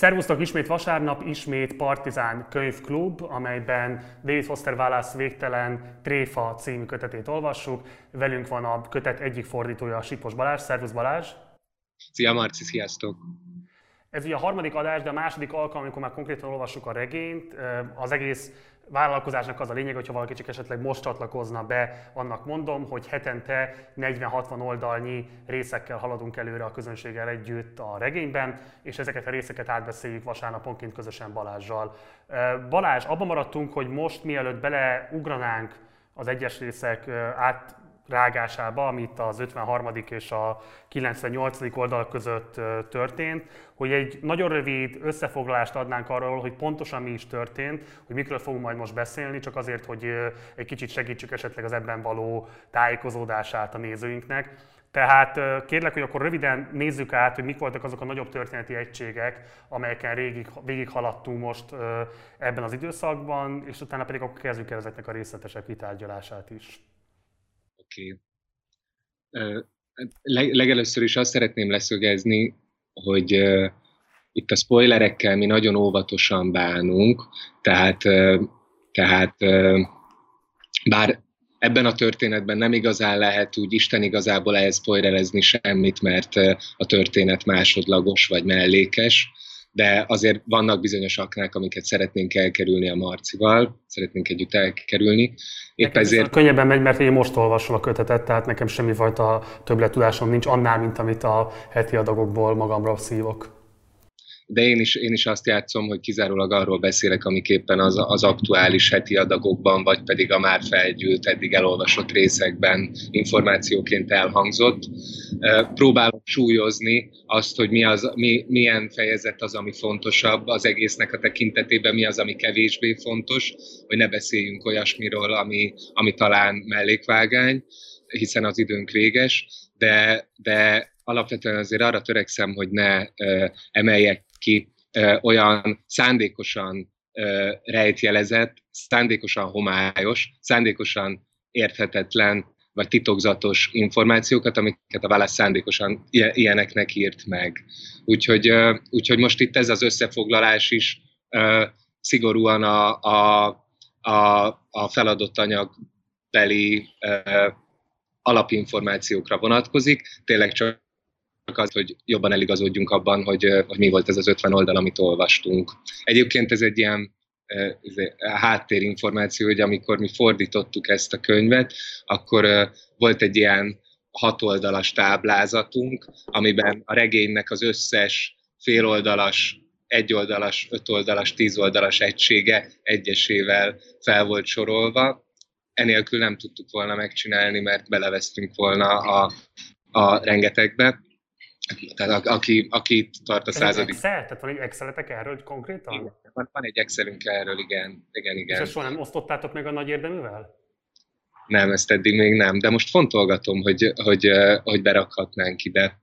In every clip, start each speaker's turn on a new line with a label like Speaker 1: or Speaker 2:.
Speaker 1: Szervusztok, ismét vasárnap, ismét Partizán könyvklub, amelyben David Foster Wallace Végtelen tréfa című kötetét olvassuk. Velünk van a kötet egyik fordítója, Sipos Balázs. Szervusz Balázs!
Speaker 2: Szia Marci, sziasztok!
Speaker 1: Ez ugye a harmadik adás, de a második alkalom, amikor már konkrétan olvassuk a regényt. Az egész vállalkozásnak az a lényeg, hogyha valaki csak esetleg most csatlakozna be, annak mondom, hogy hetente 40-60 oldalnyi részekkel haladunk előre a közönséggel együtt a regényben, és ezeket a részeket átbeszéljük vasárnaponként közösen Balázssal. Balázs, abban maradtunk, hogy most mielőtt beleugranánk az egyes részek átrágásába, amit az 53. és a 98. oldal között történt, hogy egy nagyon rövid összefoglalást adnánk arról, hogy pontosan mi is történt, hogy mikről fogunk majd most beszélni, csak azért, hogy egy kicsit segítsük esetleg az ebben való tájékozódását a nézőinknek. Tehát kérlek, hogy akkor röviden nézzük át, hogy mik voltak azok a nagyobb történeti egységek, amelyeken végig haladtunk most ebben az időszakban, és utána pedig akkor kezdjük el ezeknek a részletesebb kitárgyalását is.
Speaker 2: Oké. Legelőször is azt szeretném leszögezni, hogy itt a spoilerekkel mi nagyon óvatosan bánunk, tehát bár ebben a történetben nem igazán lehet úgy Isten igazából elspoilerezni semmit, mert a történet másodlagos vagy mellékes, de azért vannak bizonyos aknák, amiket szeretnénk elkerülni a Marcival, szeretnénk együtt elkerülni.
Speaker 1: Épp ezért könnyebben megy, mert én most olvasom a kötetet, tehát nekem semmifajta többlettudásom nincs annál, mint amit a heti adagokból magamra szívok.
Speaker 2: De én is azt játszom, hogy kizárólag arról beszélek, amiképpen az aktuális heti adagokban, vagy pedig a már felgyűlt, eddig elolvasott részekben információként elhangzott. Próbálom súlyozni azt, hogy milyen fejezet az, ami fontosabb az egésznek a tekintetében, mi az, ami kevésbé fontos, hogy ne beszéljünk olyasmiről, ami talán mellékvágány, hiszen az időnk véges, de alapvetően azért arra törekszem, hogy ne emeljek ki olyan szándékosan rejtjelezett, szándékosan homályos, szándékosan érthetetlen vagy titokzatos információkat, amiket a Wallace szándékosan ilyeneknek írt meg. Úgyhogy most itt ez az összefoglalás is szigorúan a feladott anyagbeli alapinformációkra vonatkozik, tényleg csak az, hogy jobban eligazodjunk abban, hogy mi volt ez az 50 oldal, amit olvastunk. Egyébként ez egy ilyen háttérinformáció, hogy amikor mi fordítottuk ezt a könyvet, akkor volt egy ilyen 6 oldalas táblázatunk, amiben a regénynek az összes féloldalas, 1 oldalas, 5 oldalas, 10 oldalas egysége egyesével fel volt sorolva. Enélkül nem tudtuk volna megcsinálni, mert belevesztünk volna a rengetegbe. Tehát aki itt tart a századik...
Speaker 1: Excel? Tehát van egy Excel-etek erről konkrétan?
Speaker 2: Igen, van egy Excelünk erről, igen.
Speaker 1: És ezt soha nem osztottátok meg a nagy érdeművel?
Speaker 2: Nem, ezt eddig még nem, de most fontolgatom, hogy berakhatnánk ide.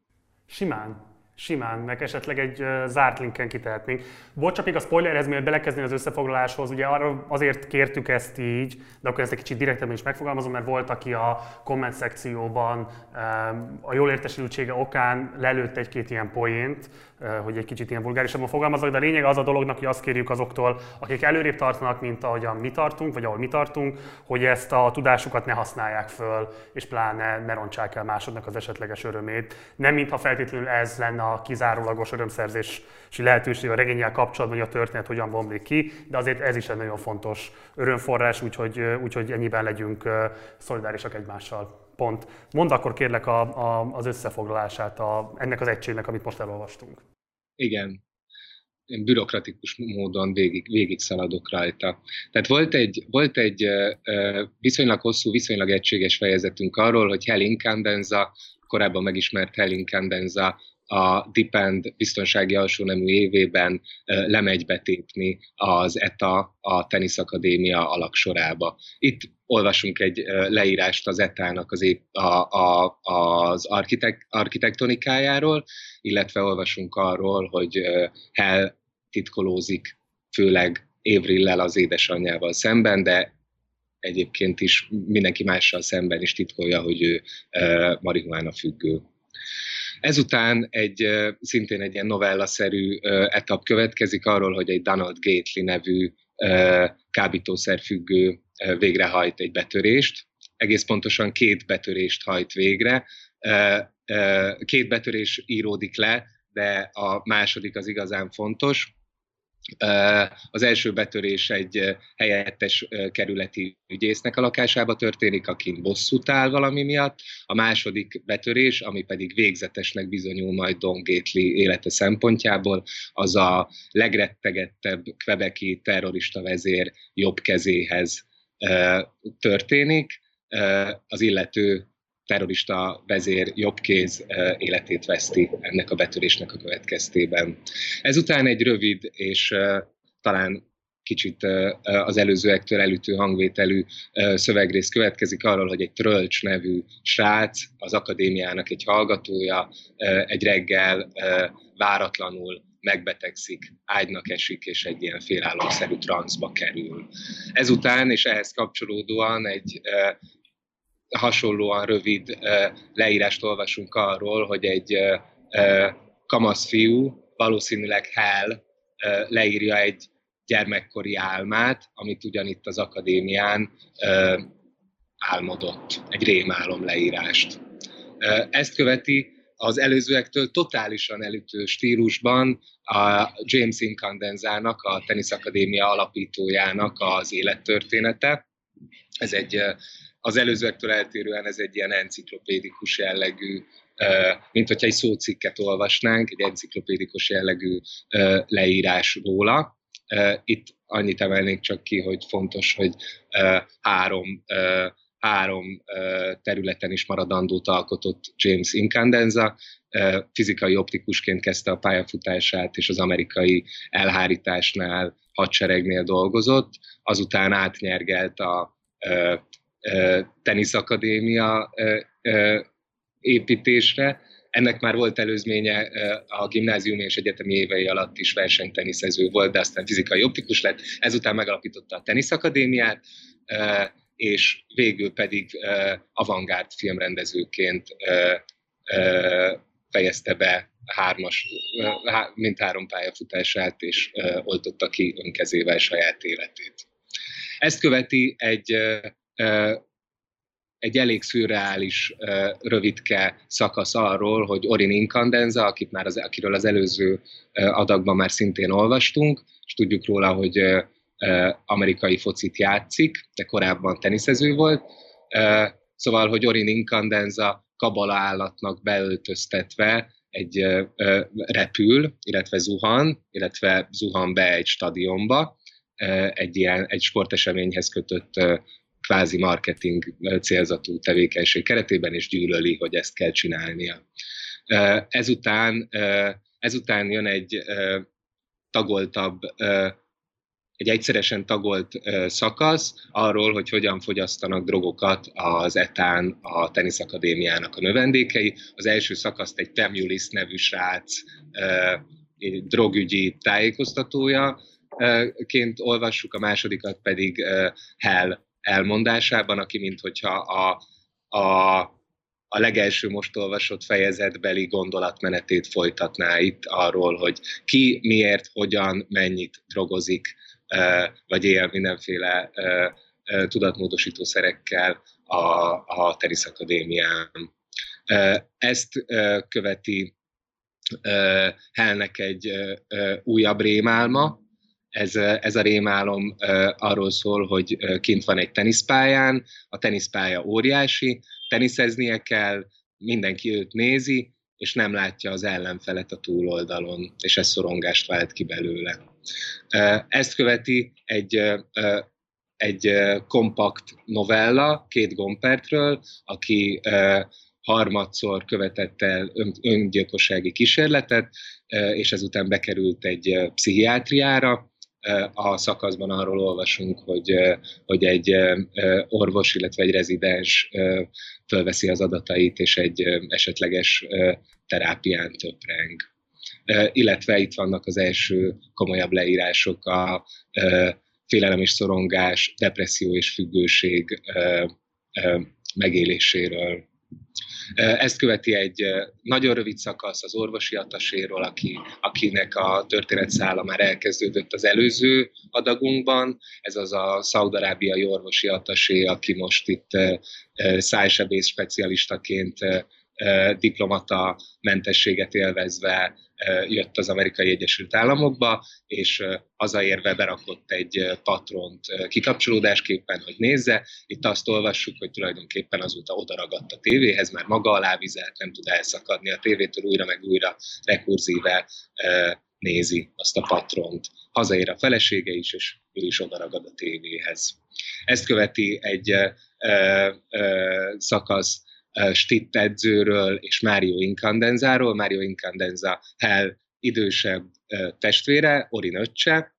Speaker 1: Simán, meg esetleg egy zárt linken kitehetnénk. Bocs, csak még a spoilerhez, mielőtt belekezdeni az összefoglaláshoz, ugye arra azért kértük ezt így, de akkor ezt egy kicsit direktebben is megfogalmazom, mert volt, aki a komment szekcióban a jól értesültsége okán lelőtt egy-két ilyen poént, hogy egy kicsit ilyen vulgárisabban fogalmazok, de a lényeg az a dolognak, hogy azt kérjük azoktól, akik előrébb tartanak, mint ahogyan mi tartunk, vagy ahol mi tartunk, hogy ezt a tudásukat ne használják föl, és pláne ne rontsák el másodnak az esetleges örömét. Nem mintha feltétlenül ez lenne a kizárólagos örömszerzési lehetőség a regénnyel kapcsolatban, hogy a történet hogyan bomlik ki, de azért ez is egy nagyon fontos örömforrás, úgyhogy ennyiben legyünk szolidárisak egymással. Pont. Mondd akkor kérlek az összefoglalását ennek az egységnek, amit most elolvastunk.
Speaker 2: Igen. Én bürokratikus módon végig szaladok rajta. Tehát volt egy viszonylag hosszú, viszonylag egységes fejezetünk arról, hogy Hell Incandenza, korábban megismert Hell Incandenza a Dipend biztonsági alsónemű évében lemegy betépni az ETA, a Teniszakadémia alaksorába. Itt olvasunk egy leírást az ETA-nak az architektonikájáról, illetve olvasunk arról, hogy Hell titkolózik, főleg Avril-lel, az édesanyjával szemben, de egyébként is mindenki mással szemben is titkolja, hogy ő marihuána függő. Ezután szintén egy ilyen novellaszerű etap következik arról, hogy egy Donald Gately nevű kábítószerfüggő végrehajt egy betörést. Egész pontosan 2 betörést hajt végre. 2 betörés íródik le, de a második az igazán fontos. Az első betörés egy helyettes kerületi ügyésznek a lakásába történik, akin bosszút áll valami miatt. A második betörés, ami pedig végzetesnek bizonyul majd Don Gately élete szempontjából, az a legrettegettebb quebeci terrorista vezér jobb kezéhez történik. Az illető terrorista vezér jobbkéz életét veszti ennek a betörésnek a következtében. Ezután egy rövid és talán kicsit az előzőektől elütő hangvételű szövegrész következik arról, hogy egy Trölcs nevű srác, az akadémiának egy hallgatója, egy reggel váratlanul megbetegszik, ágynak esik, és egy ilyen félálomszerű transzba kerül. Ezután, és ehhez kapcsolódóan egy hasonlóan rövid leírást olvasunk arról, hogy egy kamasz fiú, valószínűleg Hal, leírja egy gyermekkori álmát, amit ugyanitt az akadémián álmodott, egy rémálom leírást. Ezt követi az előzőektől totálisan elütő stílusban a James Incandenzának, a Teniszakadémia alapítójának az élettörténete. Ez az előzőektől eltérően ez egy ilyen enciklopédikus jellegű, mint hogyha egy szócikket olvasnánk, egy enciklopédikus jellegű leírás róla. Itt annyit emelnék csak ki, hogy fontos, hogy három területen is maradandót alkotott James Incandenza. Fizikai optikusként kezdte a pályafutását, és az amerikai elhárításnál, hadseregnél dolgozott. Azután átnyergelt a Teniszakadémia építésre. Ennek már volt előzménye, a gimnáziumi és egyetemi évei alatt is versenyteniszező volt, de aztán fizikai optikus lett. Ezután megalapította a Teniszakadémiát, és végül pedig avantgárd filmrendezőként fejezte be mindhárom pályafutását, és oltotta ki önkezével saját életét. Ezt követi egy elég szürreális, rövidke szakasz arról, hogy Orin Incandenza, akiről az előző adagban már szintén olvastunk, és tudjuk róla, hogy amerikai focit játszik, de korábban teniszező volt. Szóval, hogy Orin Incandenza kabala állatnak beöltöztetve repül, illetve zuhan be egy stadionba, egy sporteseményhez kötött kvázi marketing célzatú tevékenység keretében, és gyűlöli, hogy ezt kell csinálnia. Ezután jön egy egyszeresen tagolt szakasz arról, hogy hogyan fogyasztanak drogokat az etán a Teniszakadémiának a növendékei. Az első szakaszt egy Temulis nevű srác drogügyi tájékoztatójaként olvassuk, a másodikat pedig Hal elmondásában, aki minthogyha a legelső most olvasott fejezetbeli gondolatmenetét folytatná itt arról, hogy ki, miért, hogyan, mennyit drogozik, vagy él mindenféle tudatmódosítószerekkel a Teniszakadémián. Ezt követi Halnek egy újabb rémálma. Ez a rémálom arról szól, hogy kint van egy teniszpályán, a teniszpálya óriási, teniszeznie kell, mindenki őt nézi, és nem látja az ellenfelet a túloldalon, és ez szorongást vált ki belőle. Ezt követi egy kompakt novella 2 gompertről, aki harmadszor követett el öngyilkossági kísérletet, és ezután bekerült egy pszichiátriára. A szakaszban arról olvasunk, hogy egy orvos, illetve egy rezidens fölveszi az adatait, és egy esetleges terápián töpreng. Illetve itt vannak az első komolyabb leírások a félelem és szorongás, depresszió és függőség megéléséről. Ezt követi egy nagyon rövid szakasz az orvosi ataséról, akinek a történetszála már elkezdődött az előző adagunkban. Ez az a szaúd-arábiai orvosi atasé, aki most itt szájsebész specialistaként diplomata mentességet élvezve jött az Amerikai Egyesült Államokba, és hazaérve berakott egy patront kikapcsolódásképpen, hogy nézze. Itt azt olvassuk, hogy tulajdonképpen azóta odaragadt a tévéhez, már maga alá vizelt, nem tud elszakadni a tévétől, újra meg újra rekurzíve nézi azt a patront. Hazaér a felesége is, és ő is odaragad a tévéhez. Ezt követi egy szakasz Stitt edzőről és Mario Incandenzáról. Mario Incandenza Hell idősebb testvére, Orin öccse,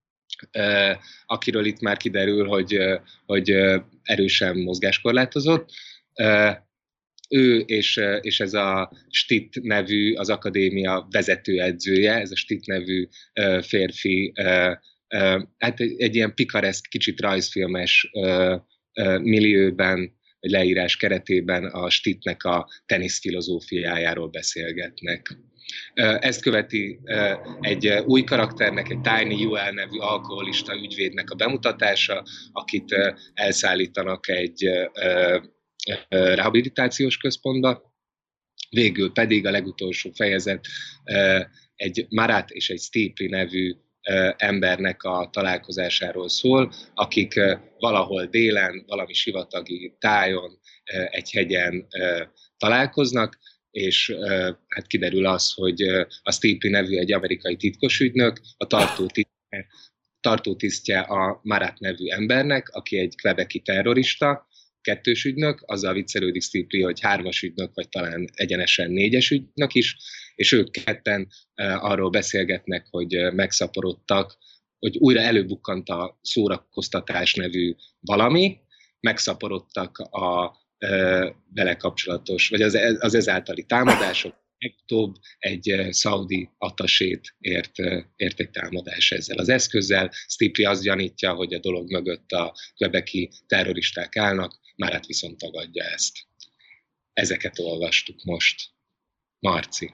Speaker 2: akiről itt már kiderül, hogy erősen mozgáskorlátozott. Ő és ez a Stitt nevű, az akadémia vezetőedzője, ez a Stitt nevű férfi, hát egy ilyen pikareszk, kicsit rajzfilmes millióben, vagy leírás keretében a Stittnek a teniszfilozófiájáról beszélgetnek. Ezt követi egy új karakternek, egy Tiny UL nevű alkoholista ügyvédnek a bemutatása, akit elszállítanak egy rehabilitációs központba. Végül pedig a legutolsó fejezet egy Marat és egy Stipley nevű embernek a találkozásáról szól, akik valahol délen, valami sivatagi tájon, egy hegyen találkoznak, és hát kiderül az, hogy a Stipley nevű egy amerikai titkosügynök, a tartótisztje a Marat nevű embernek, aki egy quebeci terrorista, kettős ügynök, azzal viccelődik Stipley, hogy 3-as ügynök, vagy talán egyenesen 4-es ügynök is, és ők ketten arról beszélgetnek, hogy megszaporodtak, hogy újra előbukkant a szórakoztatás nevű valami, megszaporodtak a vele kapcsolatos, vagy az ezáltali támadások, legutóbb egy szaudi atasét ért egy támadás ezzel az eszközzel. Stipley azt gyanítja, hogy a dolog mögött a quebeci terroristák állnak, Marat viszont tagadja ezt. Ezeket olvastuk most. Marci.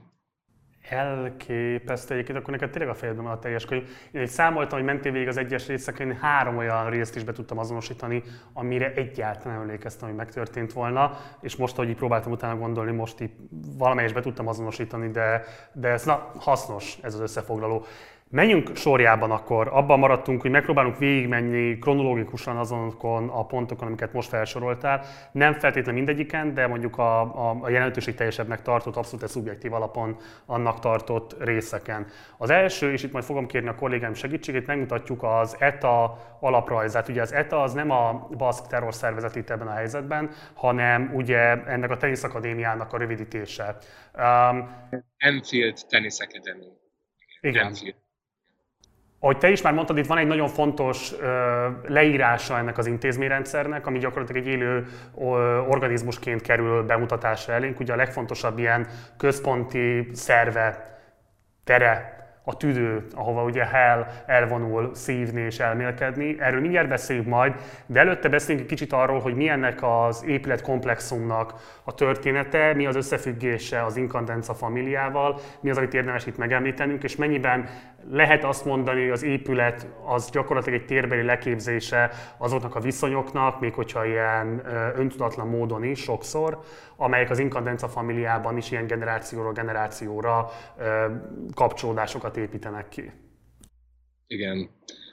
Speaker 1: Elképesztő egyébként, akkor neked tényleg a fejedben van a teljes könyv. Én egy számoltam, hogy mentél végig az egyes részeken, 3 olyan részt is be tudtam azonosítani, amire egyáltalán nem emlékeztem, hogy megtörtént volna, és most, hogy így próbáltam utána gondolni, most így valamelyest be tudtam azonosítani, de ez hasznos ez az összefoglaló. Menjünk sorjában akkor, abban maradtunk, hogy megpróbálunk végigmenni kronológikusan azonokon a pontokon, amiket most felsoroltál. Nem feltétlenül mindegyiken, de mondjuk a jelentőség teljesebbnek tartott, abszolút szubjektív alapon annak tartott részeken. Az első, és itt majd fogom kérni a kollégám segítségét, megmutatjuk az ETA alaprajzát. Ugye az ETA az nem a baszk terrorszervezet itt ebben a helyzetben, hanem ugye ennek a teniszakadémiának a rövidítése.
Speaker 2: Enfield Tennis Academy.
Speaker 1: Igen. Ahogy te is már mondtad, itt van egy nagyon fontos leírása ennek az intézményrendszernek, ami gyakorlatilag egy élő organizmusként kerül bemutatásra elénk. Ugye a legfontosabb ilyen központi szerve, tere, a tüdő, ahova ugye Hell elvonul szívni és elmélkedni. Erről mindjárt beszéljünk majd, de előtte beszéljünk egy kicsit arról, hogy mi ennek az épületkomplexumnak a története, mi az összefüggése az Incandenza familiával, mi az, amit érdemes itt megemlítenünk, és mennyiben lehet azt mondani, hogy az épület az gyakorlatilag egy térbeli leképzése azoknak a viszonyoknak, még hogyha ilyen öntudatlan módon is sokszor, amelyek az Incandenza familiában is ilyen generációról generációra kapcsolódásokat építenek ki.
Speaker 2: Igen.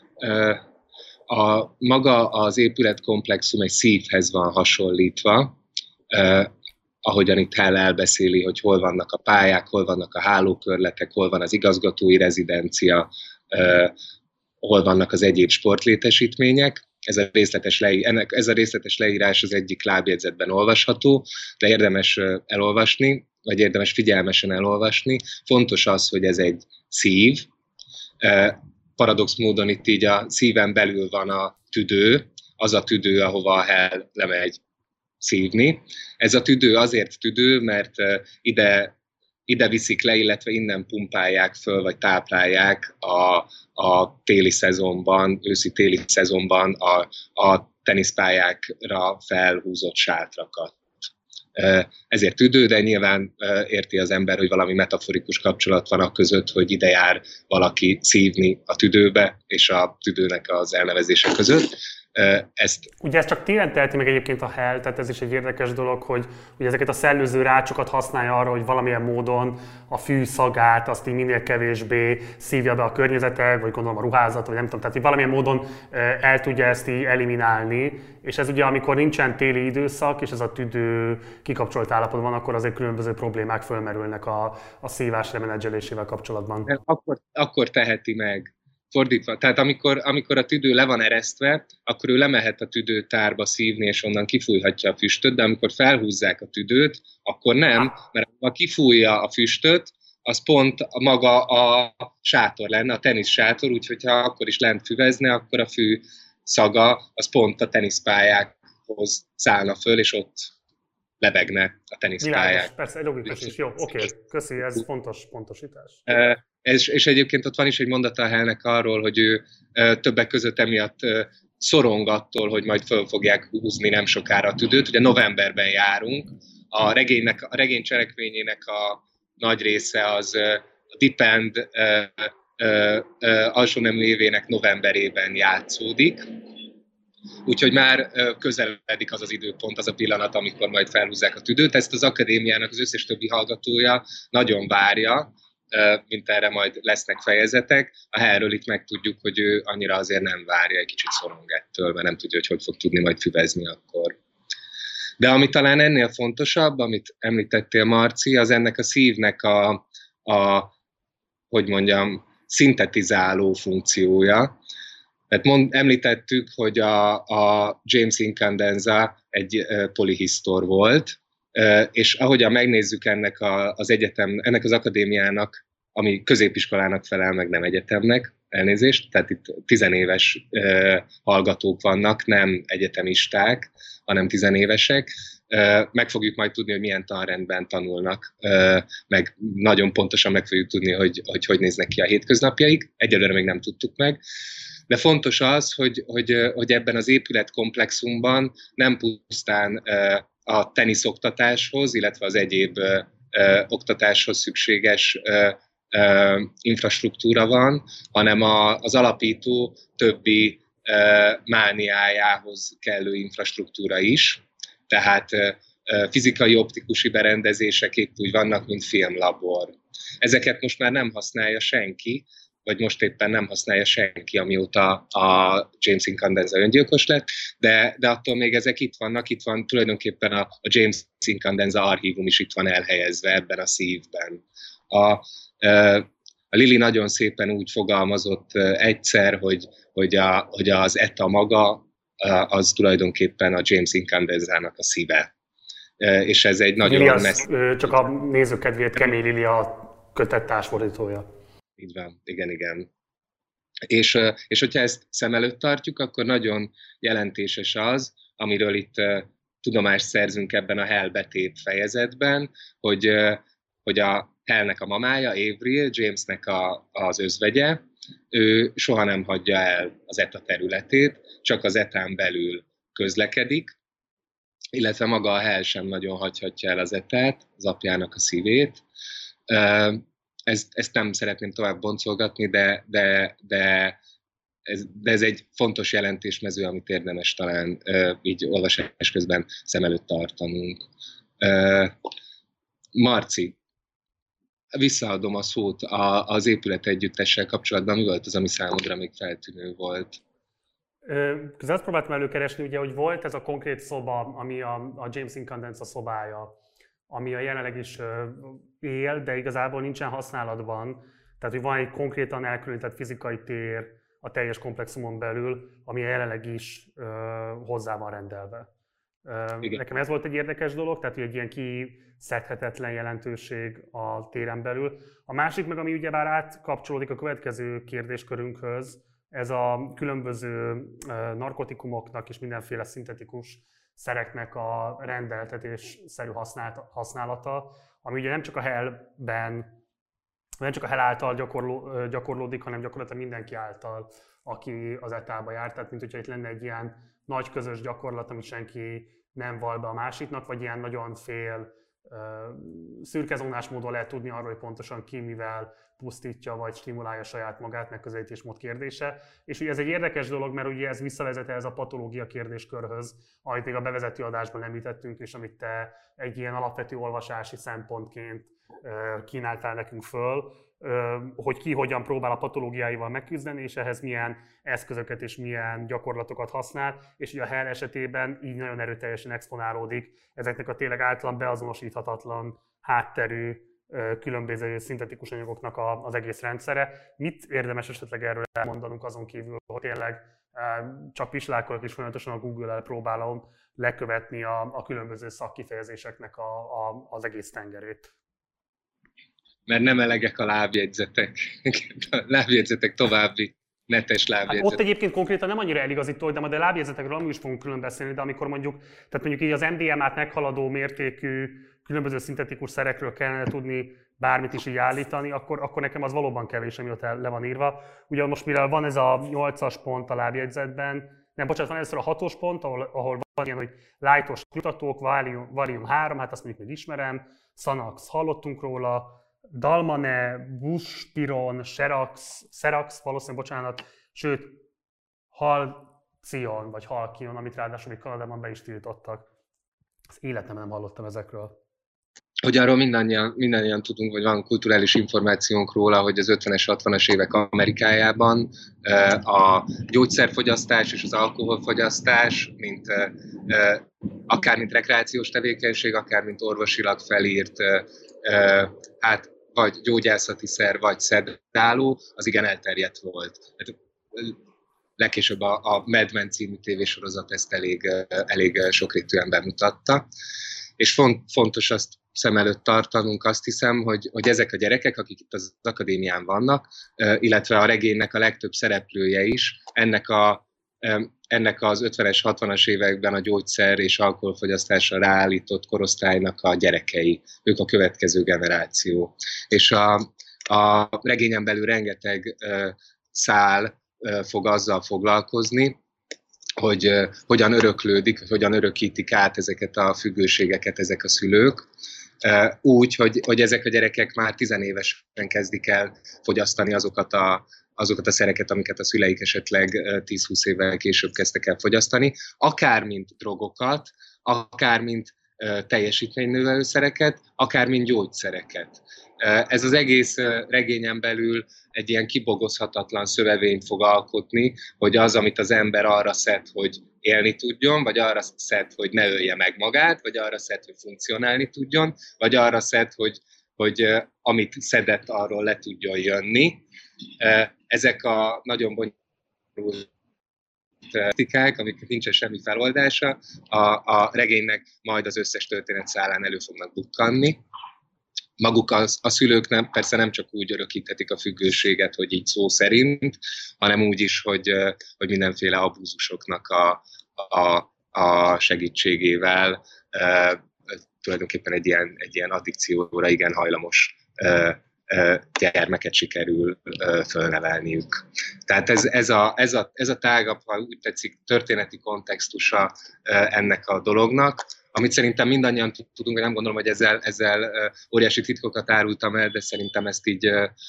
Speaker 2: Maga az épületkomplexum egy szívhez van hasonlítva, ahogyan itt Hell elbeszéli, hogy hol vannak a pályák, hol vannak a hálókörletek, hol van az igazgatói rezidencia, hol vannak az egyéb sportlétesítmények. Ez a részletes leírás az egyik lábjegyzetben olvasható, de érdemes elolvasni, vagy érdemes figyelmesen elolvasni. Fontos az, hogy ez egy szív. Paradox módon itt így a szíven belül van a tüdő, az a tüdő, ahova a Hell lemegy szívni. Ez a tüdő azért tüdő, mert ide viszik le, illetve innen pumpálják föl, vagy táplálják a téli szezonban, őszi-téli szezonban a teniszpályákra felhúzott sátrakat. Ezért tüdő, de nyilván érti az ember, hogy valami metaforikus kapcsolat van a között, hogy ide jár valaki szívni a tüdőbe, és a tüdőnek az elnevezése között.
Speaker 1: Ugye ez csak télen teheti meg egyébként a hell, tehát ez is egy érdekes dolog, hogy ugye ezeket a szellőző rácsokat használja arra, hogy valamilyen módon a fű szagát azt így minél kevésbé szívja be a környezete, vagy gondolom a ruházat, vagy nem tudom, tehát hogy valamilyen módon el tudja ezt így eliminálni, és ez ugye amikor nincsen téli időszak, és ez a tüdő kikapcsolt állapotban van, akkor azért különböző problémák fölmerülnek a szívás lemenedzselésével kapcsolatban.
Speaker 2: Akkor teheti meg. Fordítva, tehát amikor a tüdő le van eresztve, akkor ő lemehet a tüdőtárba szívni, és onnan kifújhatja a füstöt, de amikor felhúzzák a tüdőt, akkor nem, mert ha kifújja a füstöt, az pont maga a sátor lenne, a teniszsátor, úgyhogy ha akkor is lent füvezne, akkor a fű szaga az pont a teniszpályákhoz szállna föl, és ott lebegne a teniszpályák.
Speaker 1: Világos, persze, egy logikus is. Jó, oké, köszi, ez fontos pontosítás.
Speaker 2: És egyébként ott van is egy mondata a Hellnek arról, hogy ő többek között emiatt szorong attól, hogy majd föl fogják húzni nem sokára a tüdőt. Ugye novemberben járunk, a regény cselekményének a nagy része az a Dipend alsónemű évének novemberében játszódik. Úgyhogy már közeledik az az időpont, az a pillanat, amikor majd felhúzzák a tüdőt. Ezt az akadémiának az összes többi hallgatója nagyon várja, mint erre majd lesznek fejezetek. A Hellről itt megtudjuk, hogy ő annyira azért nem várja, egy kicsit szorong ettől, mert nem tudja, hogy fog tudni majd füvezni akkor. De ami talán ennél fontosabb, amit említettél, Marci, az ennek a szívnek hogy mondjam, szintetizáló funkciója. Tehát említettük, hogy a James Incandenza egy polihisztor volt, és ahogyan megnézzük ennek az akadémiának, ami középiskolának felel, meg nem egyetemnek, elnézést, tehát itt tizenéves hallgatók vannak, nem egyetemisták, hanem tizenévesek. Meg fogjuk majd tudni, hogy milyen tanrendben tanulnak, meg nagyon pontosan meg fogjuk tudni, hogy néznek ki a hétköznapjaik. Egyelőre még nem tudtuk meg. De fontos az, hogy ebben az épületkomplexumban nem pusztán a teniszoktatáshoz, illetve az egyéb oktatáshoz szükséges infrastruktúra van, hanem az alapító többi mániájához kellő infrastruktúra is. Tehát fizikai, optikusi berendezések épp úgy vannak, mint filmlabor. Ezeket most már nem használja senki, vagy most éppen nem használja senki, amióta a James Incandenza öngyilkos lett, de attól még ezek itt van tulajdonképpen a James Incandenza archívum is itt van elhelyezve ebben a szívben. A Lili nagyon szépen úgy fogalmazott egyszer, hogy az ETA maga az tulajdonképpen a James Incandenzának a szíve. És ez egy nagyon
Speaker 1: messze... Csak a néző kedvéért Kemény Lili a kötet társfordítója.
Speaker 2: Így van, igen. És hogyha ezt szem előtt tartjuk, akkor nagyon jelentéses az, amiről itt tudomást szerzünk ebben a Hell betét fejezetben, hogy a Hellnek a mamája, Avril, Jamesnek az özvegye, ő soha nem hagyja el az ETA területét, csak az ETA-n belül közlekedik, illetve maga a Hell sem nagyon hagyhatja el az ETA-t, az apjának a szívét. Ezt nem szeretném tovább boncolgatni, de ez egy fontos jelentésmező, amit érdemes talán így olvasás közben szem előtt tartanunk. Marci, visszaadom a szót az épület együttessel kapcsolatban. Mi volt az, ami számodra még feltűnő volt?
Speaker 1: Közben azt próbáltam előkeresni, ugye, hogy volt ez a konkrét szoba, ami a James Incandenza szobája, ami a jelenleg is él, de igazából nincsen használatban. Tehát, hogy van egy konkrétan elkülönített fizikai tér a teljes komplexumon belül, ami jelenleg is hozzá van rendelve. Nekem ez volt egy érdekes dolog, tehát hogy egy ilyen kiszedhetetlen jelentőség a téren belül. A másik meg, ami ugyebár átkapcsolódik a következő kérdéskörünkhöz, ez a különböző narkotikumoknak és mindenféle szintetikus szereknek a rendeltetésszerű használata, ami ugye nem csak a Hellben, nem csak a Hell által gyakorlódik, hanem gyakorlatilag mindenki által, aki az ETA-ba jár. Tehát mint hogyha itt lenne egy ilyen nagy közös gyakorlat, amit senki nem val be a másiknak, vagy ilyen nagyon szürkezónás módon lehet tudni arról, hogy pontosan ki mivel pusztítja vagy stimulálja saját magát, megközelítésmód kérdése. És ugye ez egy érdekes dolog, mert ugye ez visszavezet ez a patológia kérdéskörhöz, amit még a bevezető adásban említettünk, és amit te egy ilyen alapvető olvasási szempontként kínáltál nekünk föl, hogy ki hogyan próbál a patológiáival megküzdeni, és ehhez milyen eszközöket és milyen gyakorlatokat használ, és ugye a HEL esetében így nagyon erőteljesen exponálódik ezeknek a tényleg általán beazonosíthatatlan hátterű különböző szintetikus anyagoknak az egész rendszere. Mit érdemes esetleg erről elmondanunk azon kívül, hogy tényleg csak pislákolok és folyamatosan a Google-el próbálom lekövetni a különböző szakkifejezéseknek az egész tengerét?
Speaker 2: Mert nem elegek a lábjegyzetek. A lábjegyzetek további netes lábjegyzetek.
Speaker 1: Hát ott egyébként konkrétan nem annyira eligazító, de majd a lábjegyzetekről amúgy is fogunk külön beszélni, de amikor tehát mondjuk így az MDMA-t meghaladó mértékű különböző szintetikus szerekről kellene tudni bármit is így állítani, akkor nekem az valóban kevés, ami ott le van írva. Ugye most mivel van ez a 8-as pont a lábjegyzetben, van először a 6-os pont, ahol van ilyen, hogy lightos nyugtatók, Valium 3, hát azt mondjuk még ismerem, Xanax, hallottunk róla, Dalmane, Buspirone, Xerax, valószínűleg, bocsánat, sőt, Halcion, vagy Halkion, amit ráadásul még Kanadában be is tiltottak. Az életemben nem hallottam ezekről.
Speaker 2: Hogy arról mindannyian tudunk, hogy van kulturális információnk róla, hogy az 50-es, 60-as évek Amerikájában a gyógyszerfogyasztás és az alkoholfogyasztás, akár mint rekreációs tevékenység, akár mint orvosilag felírt, hát vagy gyógyászati szer, vagy szedáló, az igen elterjedt volt. Legkésőbb a Mad Men című tévésorozat ezt elég sokrétűen bemutatta. És fontos azt szem előtt tartanunk, azt hiszem, hogy ezek a gyerekek, akik itt az akadémián vannak, illetve a regénynek a legtöbb szereplője is, ennek az 50-es, 60-as években a gyógyszer és alkoholfogyasztásra ráállított korosztálynak a gyerekei. Ők a következő generáció. És a regényen belül rengeteg szál fog azzal foglalkozni, hogy hogyan öröklődik, hogyan örökítik át ezeket a függőségeket ezek a szülők, úgy, hogy ezek a gyerekek már 10 évesen kezdik el fogyasztani azokat a szereket, amiket a szüleik esetleg 10-20 évvel később kezdtek el fogyasztani, akár mint drogokat, akár mint teljesítménynövelőszereket, akár mint gyógyszereket. Ez az egész regényen belül egy ilyen kibogozhatatlan szövevényt fog alkotni, hogy az, amit az ember arra szed, hogy élni tudjon, vagy arra szed, hogy ne ölje meg magát, vagy arra szed, hogy funkcionálni tudjon, vagy arra szed, hogy amit szedett, arról le tudjon jönni. Ezek a nagyon bonyolult praktikák, amiknek nincsen semmi feloldása, a regénynek majd az összes történetszálán elő fognak bukkanni. Maguk a szülők persze nem csak úgy örökíthetik a függőséget, hogy így szó szerint, hanem úgy is, hogy mindenféle abúzusoknak a segítségével tulajdonképpen egy ilyen addikcióra igen hajlamos gyermeket sikerül fölnevelniük. Tehát ez a tágabb, ha úgy tetszik, történeti kontextusa ennek a dolognak, amit szerintem mindannyian tudunk, nem gondolom, hogy ezzel óriási titkokat árultam el, de szerintem ezt így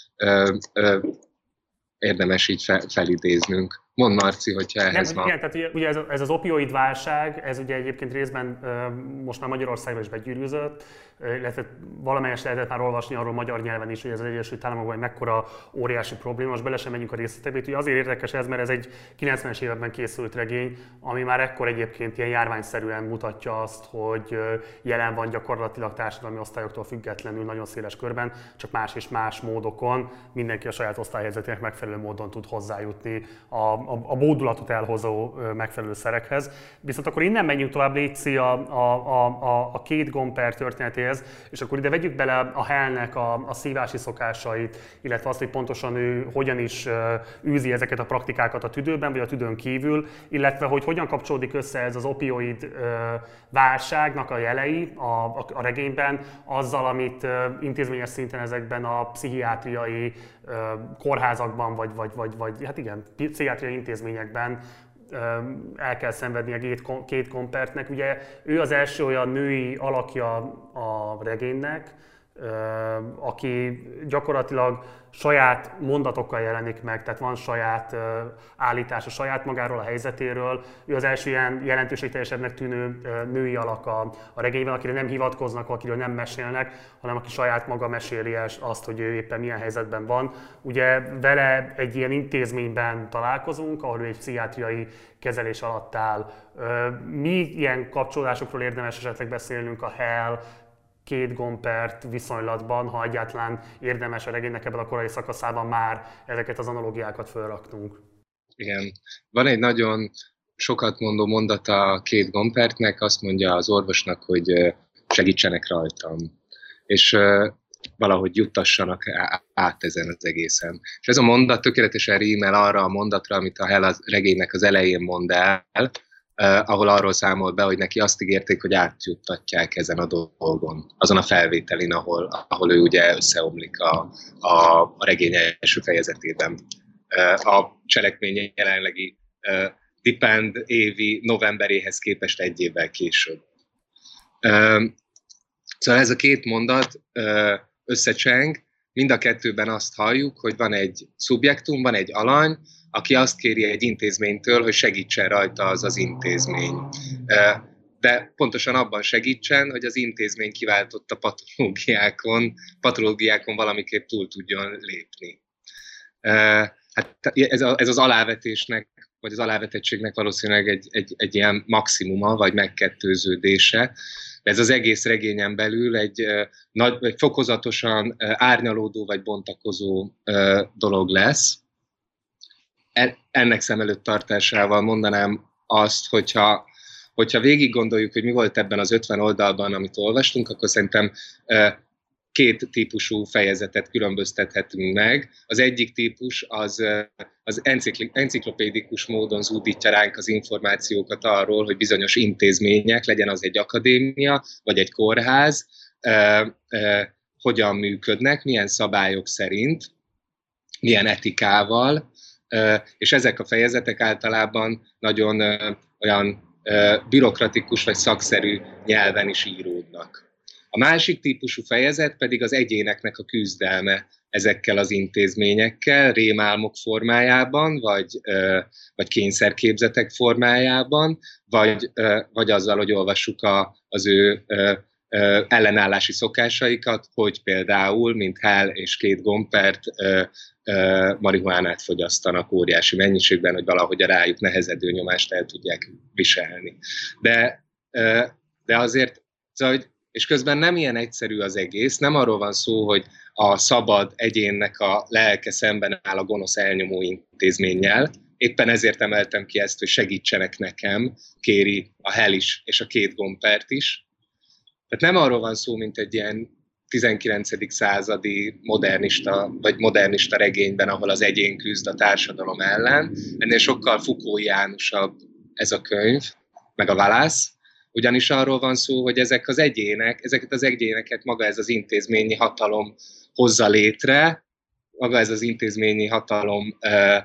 Speaker 2: érdemes így felidéznünk. Mondd, Marci, hogyha ehhez van.
Speaker 1: Igen, tehát ugye ez az opioid válság, ez ugye egyébként részben most már Magyarországon is begyűrűzött, illetve valamelyest lehetett már olvasni arról magyar nyelven is, hogy ez az Egyesült Államokban mekkora óriási probléma, most bele sem megyünk a részletekbe. Ugye azért érdekes ez, mert ez egy 90-es években készült regény, ami már ekkor egyébként ilyen járványszerűen mutatja azt, hogy jelen van gyakorlatilag társadalmi osztályoktól függetlenül nagyon széles körben, csak más és más módokon mindenki a saját osztályhelyzetének megfelelő módon tud hozzájutni a bódulatot elhozó megfelelő szerekhez. Viszont akkor innen menjünk tovább, Léci, a két gomper történetéhez, és akkor ide vegyük bele a HEL-nek a szívási szokásait, illetve azt, hogy pontosan ő hogyan is űzi ezeket a praktikákat a tüdőben, vagy a tüdőn kívül, illetve hogy hogyan kapcsolódik össze ez az opioid válságnak a jelei a regényben azzal, amit intézményes szinten ezekben a pszichiátriai kórházakban, vagy hát igen, pszichiátriai intézményekben el kell szenvednie Kate Compertnek. Ugye ő az első olyan női alakja a regénynek, aki gyakorlatilag saját mondatokkal jelenik meg, tehát van saját állítása saját magáról, a helyzetéről. Ő az első ilyen jelentőségteljesebbnek tűnő női alak a regényben, akire nem hivatkoznak, akiről nem mesélnek, hanem aki saját maga meséli azt, hogy ő éppen milyen helyzetben van. Ugye vele egy ilyen intézményben találkozunk, ahol ő egy pszichiátriai kezelés alatt áll. Milyen kapcsolódásokról érdemes esetleg beszélnünk a Hell, Kate Gompert viszonylatban, ha egyáltalán érdemes a regénynek ebben a korai szakaszában már ezeket az analógiákat felraknunk?
Speaker 2: Igen. Van egy nagyon sokat mondó mondata Kate Gompertnek, azt mondja az orvosnak, hogy segítsenek rajtam, és valahogy juttassanak át ezen az egészen. És ez a mondat tökéletesen rímel arra a mondatra, amit a Hell a regénynek az elején mond el, ahol arról számol be, hogy neki azt ígérték, hogy átjuttatják ezen a dolgon, azon a felvételin, ahol ő ugye összeomlik a regény első fejezetében. A cselekmény jelenlegi Dipend évi novemberéhez képest egy évvel később. Szóval ez a két mondat összecseng, mind a kettőben azt halljuk, hogy van egy szubjektum, van egy alany, aki azt kéri egy intézménytől, hogy segítsen rajta az intézmény. De pontosan abban segítsen, hogy az intézmény kiváltotta patológiákon valamiképp túl tudjon lépni. Hát ez az alávetésnek, vagy az alávetettségnek valószínűleg egy ilyen maximuma, vagy megkettőződése. De ez az egész regényen belül egy fokozatosan árnyalódó, vagy bontakozó dolog lesz. Ennek szem előtt tartásával mondanám azt, hogyha végig gondoljuk, hogy mi volt ebben az 50 oldalban, amit olvastunk, akkor szerintem két típusú fejezetet különböztethetünk meg. Az egyik típus az enciklopédikus módon zúdítja ránk az információkat arról, hogy bizonyos intézmények, legyen az egy akadémia, vagy egy kórház, hogyan működnek, milyen szabályok szerint, milyen etikával, és ezek a fejezetek általában nagyon olyan bürokratikus vagy szakszerű nyelven is íródnak. A másik típusú fejezet pedig az egyéneknek a küzdelme ezekkel az intézményekkel, rémálmok formájában, vagy kényszerképzetek formájában, vagy azzal, hogy olvassuk az ő ellenállási szokásaikat, hogy például, mint Hell és Kate Gompert marihuánát fogyasztanak óriási mennyiségben, hogy valahogy a rájuk nehezedő nyomást el tudják viselni. De azért, szóval, és közben nem ilyen egyszerű az egész, nem arról van szó, hogy a szabad egyénnek a lelke szemben áll a gonosz elnyomó intézménnyel. Éppen ezért emeltem ki ezt, hogy segítsenek nekem, kéri a Hell is és a Kate Gompert is. Tehát nem arról van szó, mint egy ilyen 19. századi modernista regényben, ahol az egyén küzd a társadalom ellen. Ennél sokkal Foucaultiánusabb ez a könyv, meg a Wallace, ugyanis arról van szó, hogy ezeket az egyéneket maga ez az intézményi hatalom hozza létre, maga ez az intézményi hatalom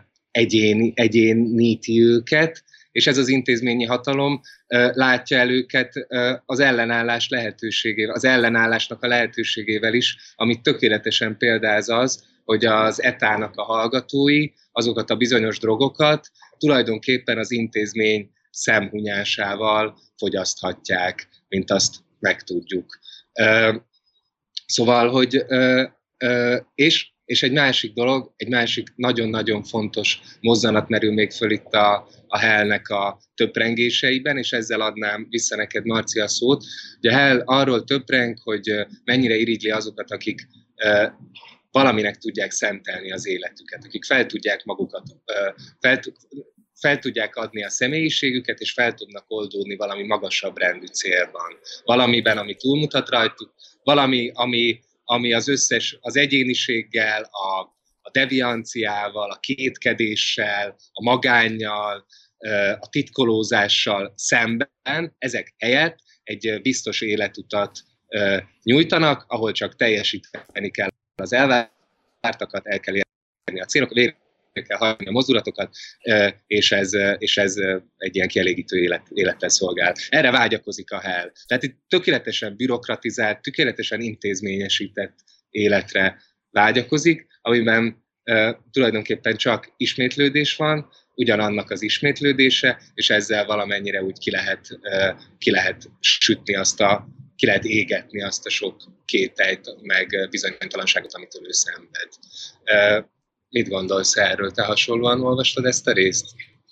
Speaker 2: egyéníti őket, és ez az intézményi hatalom látja el őket az ellenállás lehetőségével, az ellenállásnak a lehetőségével is, amit tökéletesen példáz az, hogy az ETA-nak a hallgatói azokat a bizonyos drogokat tulajdonképpen az intézmény szemhunyásával fogyaszthatják, mint azt megtudjuk. Szóval, hogy és egy másik dolog, egy másik nagyon-nagyon fontos mozzanat merül még föl itt a Hellnek a töprengéseiben, és ezzel adnám vissza neked, Marci, a szót. Ugye Hell arról töpreng, hogy mennyire irigyli azokat, akik valaminek tudják szentelni az életüket, akik fel tudják magukat, fel tudják adni a személyiségüket, és fel tudnak oldódni valami magasabb rendű célban. Valamiben, ami túlmutat rajtuk, valami, ami az egyéniséggel, a devianciával, a kétkedéssel, a magánnyal, a titkolózással szemben, ezek helyett egy biztos életutat nyújtanak, ahol csak teljesíteni kell az elvártakat, el kell érni a célokat, kell hagyni a mozdulatokat, és ez egy ilyen kielégítő élettel szolgál. Erre vágyakozik a Hell. Tehát itt tökéletesen bürokratizált, tökéletesen intézményesített életre vágyakozik, amiben tulajdonképpen csak ismétlődés van, ugyanannak az ismétlődése, és ezzel valamennyire úgy ki lehet sütni ki lehet égetni azt a sok kételyt, meg bizonytalanságot, amitől ő szenved. Mit gondolsz erről? Te hasonlóan olvastad ezt a részt?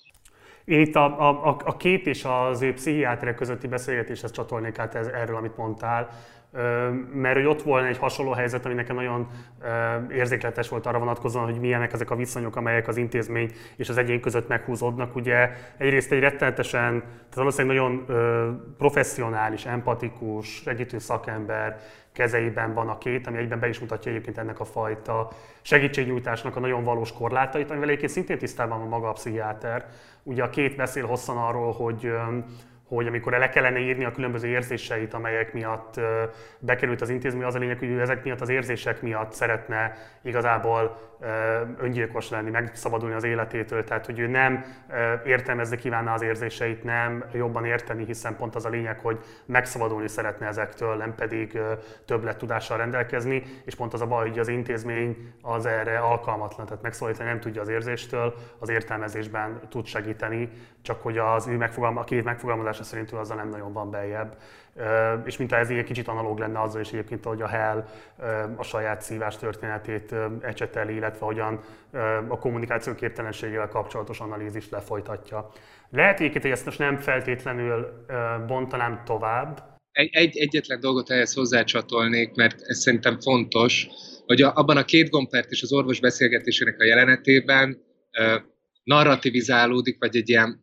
Speaker 1: Én itt a kép és az ő pszichiáterek közötti beszélgetéshez csatolnék át erről, amit mondtál, mert hogy ott volna egy hasonló helyzet, ami nekem nagyon érzékletes volt arra vonatkozóan, hogy milyenek ezek a viszonyok, amelyek az intézmény és az egyén között meghúzódnak. Ugye egyrészt egy rettenetesen, tehát valószínűleg nagyon professzionális, empatikus, segítő szakember kezeiben van a Kate, ami egyben be is mutatja egyébként ennek a fajta segítségnyújtásnak a nagyon valós korlátait, amivel egyébként szintén tisztában van maga a pszichiáter. Ugye a Kate beszél hosszan arról, hogy amikor le kellene írni a különböző érzéseit, amelyek miatt bekerült az intézmény, az a lényeg, hogy ő ezek miatt az érzések miatt szeretne igazából öngyilkos lenni, megszabadulni az életétől, tehát hogy ő nem értelmezni kívánna az érzéseit, nem jobban érteni, hiszen pont az a lényeg, hogy megszabadulni szeretne ezektől, nem pedig többlettudással rendelkezni, és pont az a baj, hogy az intézmény az erre alkalmatlan, tehát megszabadítani nem tudja az érzéstől, az értelmezésben tud segíteni, csak hogy az ő a Kate megfogalmazása szerint ő azzal nem nagyon van beljebb. És mintha ez egy kicsit analóg lenne azzal is egyébként, hogy a Hell a saját szívás történetét ecseteli, illetve hogyan a kommunikáció képtelenségével kapcsolatos analízist lefolytatja. Lehet egyébként, hogy ezt most nem feltétlenül bontanám tovább.
Speaker 2: Egyetlen dolgot ehhez hozzácsatolnék, mert ez szerintem fontos, hogy abban a Kate Gompert és az orvos beszélgetésének a jelenetében narrativizálódik, vagy egy ilyen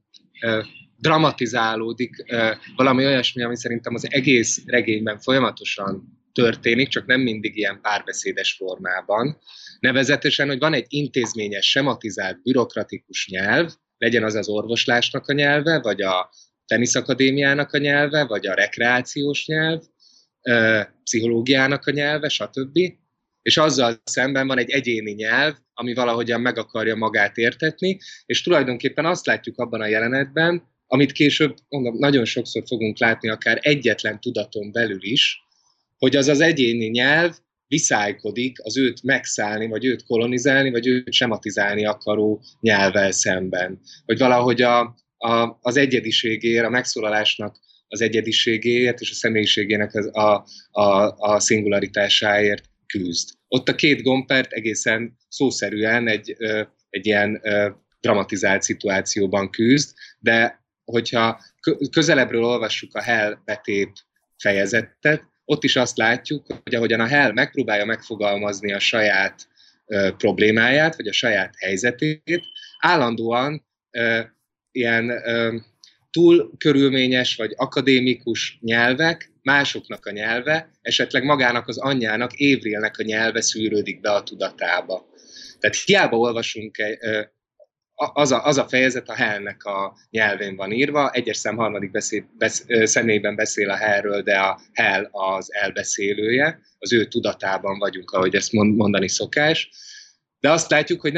Speaker 2: dramatizálódik valami olyasmi, ami szerintem az egész regényben folyamatosan történik, csak nem mindig ilyen párbeszédes formában. Nevezetesen, hogy van egy intézményes, sematizált, bürokratikus nyelv, legyen az az orvoslásnak a nyelve, vagy a teniszakadémiának a nyelve, vagy a rekreációs nyelv, pszichológiának a nyelve, stb. És azzal szemben van egy egyéni nyelv, ami valahogyan meg akarja magát értetni, és tulajdonképpen azt látjuk abban a jelenetben, amit később mondom, nagyon sokszor fogunk látni, akár egyetlen tudaton belül is, hogy az az egyéni nyelv viszálykodik az őt megszállni, vagy őt kolonizálni, vagy őt sematizálni akaró nyelvvel szemben. Hogy valahogy az egyediségért, a megszólalásnak az egyediségéért és a személyiségének a szingularitásáért küzd. Ott a Kate Gompert egészen szószerűen egy ilyen dramatizált szituációban küzd, de hogyha közelebbről olvassuk a Hell betép fejezetet, ott is azt látjuk, hogy ahogyan a Hell megpróbálja megfogalmazni a saját problémáját, vagy a saját helyzetét, állandóan ilyen túl körülményes vagy akadémikus nyelvek, másoknak a nyelve, esetleg magának az anyjának, Évrilnek a nyelve szűrődik be a tudatába. Tehát hiába olvasunk az a fejezet a Hellnek a nyelvén van írva, egyes szám harmadik személyben beszél a Hellről, de a Hell az elbeszélője, az ő tudatában vagyunk, ahogy ezt mondani szokás. De azt látjuk, hogy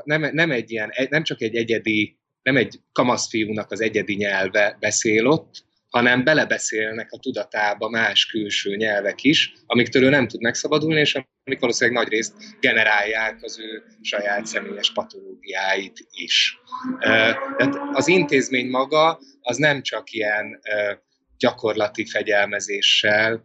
Speaker 2: nem csak egy egyedi, nem egy kamaszfiúnak az egyedi nyelve beszél ott, hanem belebeszélnek a tudatába más külső nyelvek is, amiktől ő nem tud megszabadulni, és amik valószínűleg nagy részt generálják az ő saját személyes patológiáit is. Tehát az intézmény maga az nem csak ilyen gyakorlati fegyelmezéssel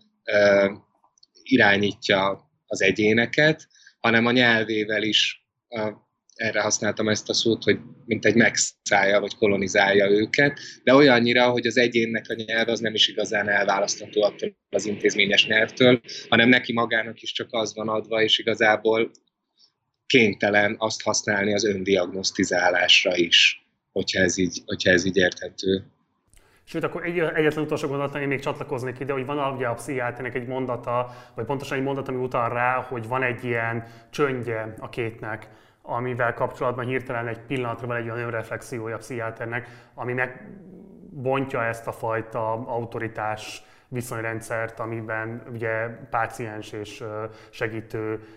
Speaker 2: irányítja az egyéneket, hanem a nyelvével is, erre használtam ezt a szót, hogy mint egy megszállja vagy kolonizálja őket, de olyannyira, hogy az egyénnek a nyelve az nem is igazán elválasztható attól az intézményes nyelvtől, hanem neki magának is csak az van adva, és igazából kénytelen azt használni az öndiagnosztizálásra is, hogyha ez így érthető.
Speaker 1: Sőt, akkor egyetlen utolsó gondolatra én még csatlakoznék ide, hogy van ugye a pszichiáternek egy mondata, vagy pontosan egy mondat, ami utal rá, hogy van egy ilyen csöndje a Kate-nek, amivel kapcsolatban hirtelen egy pillanatra van egy olyan önreflexiója a pszichiáternek, ami megbontja ezt a fajta autoritás viszonyrendszert, amiben ugye páciens és segítő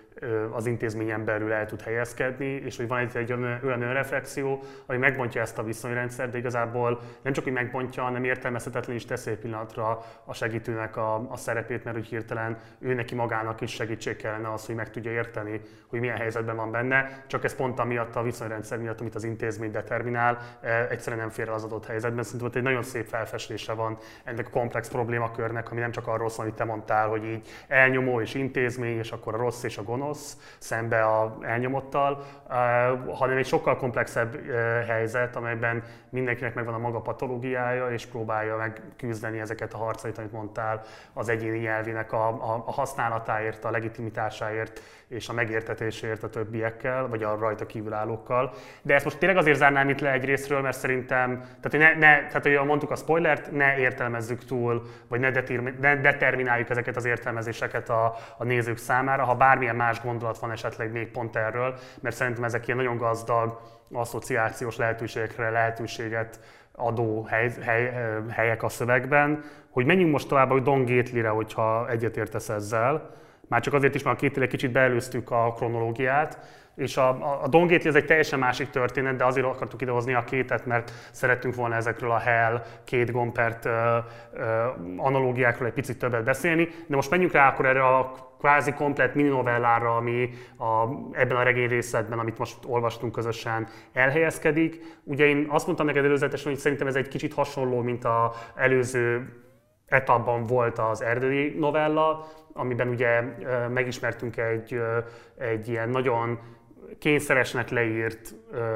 Speaker 1: az intézményen belül el tud helyezkedni, és hogy van egy olyan önreflexió, ami megbontja ezt a viszonyrendszert, de igazából nem csak, hogy megbontja, hanem értelmezhetetlen is teszi egy pillanatra a segítőnek a szerepét, mert hogy hirtelen ő neki magának is segítség kellene az, hogy meg tudja érteni, hogy milyen helyzetben van benne, csak ez pont amiatt a viszonyrendszer miatt, amit az intézmény determinál, egyszerűen nem fér el az adott helyzetben. Szerintem ott egy nagyon szép felfestése van ennek a komplex problémakörnek, ami nem csak arról szól, amit te mondtál, hogy így elnyomó és intézmény, és akkor a rossz és a gonosz szembe a elnyomottal, hanem egy sokkal komplexebb helyzet, amelyben mindenkinek megvan a maga patológiája, és próbálja megküzdeni ezeket a harcait, amit mondtál, az egyéni nyelvének a használatáért, a legitimitásáért és a megértetésért a többiekkel, vagy a rajta kívülállókkal. De ezt most tényleg azért zárnám itt le egy részről, mert szerintem, tehát hogy mondtuk a spoilert, ne értelmezzük túl, vagy ne determináljuk ezeket az értelmezéseket a nézők számára. Ha bármilyen más gondolat van esetleg még pont erről, mert szerintem ezek ilyen nagyon gazdag asszociációs lehetőséget adó helyek a szövegben, hogy menjünk most tovább a Don Gately-re, hogyha egyetértesz ezzel. Már csak azért is, mert a két egy kicsit beelőztük a kronológiát, és a Don Gately ez egy teljesen másik történet, de azért akartuk idehozni a kétet, mert szerettünk volna ezekről a Hell, Kate Gompert analógiákról egy picit többet beszélni, de most menjünk rá akkor erre a kvázi komplett mininovellára, ami ebben a regény részletben, amit most olvastunk közösen, elhelyezkedik. Ugye én azt mondtam neked előzetesen, hogy szerintem ez egy kicsit hasonló, mint az előző etapban volt az erdői novella, amiben ugye megismertünk egy ilyen nagyon kényszeresnek leírt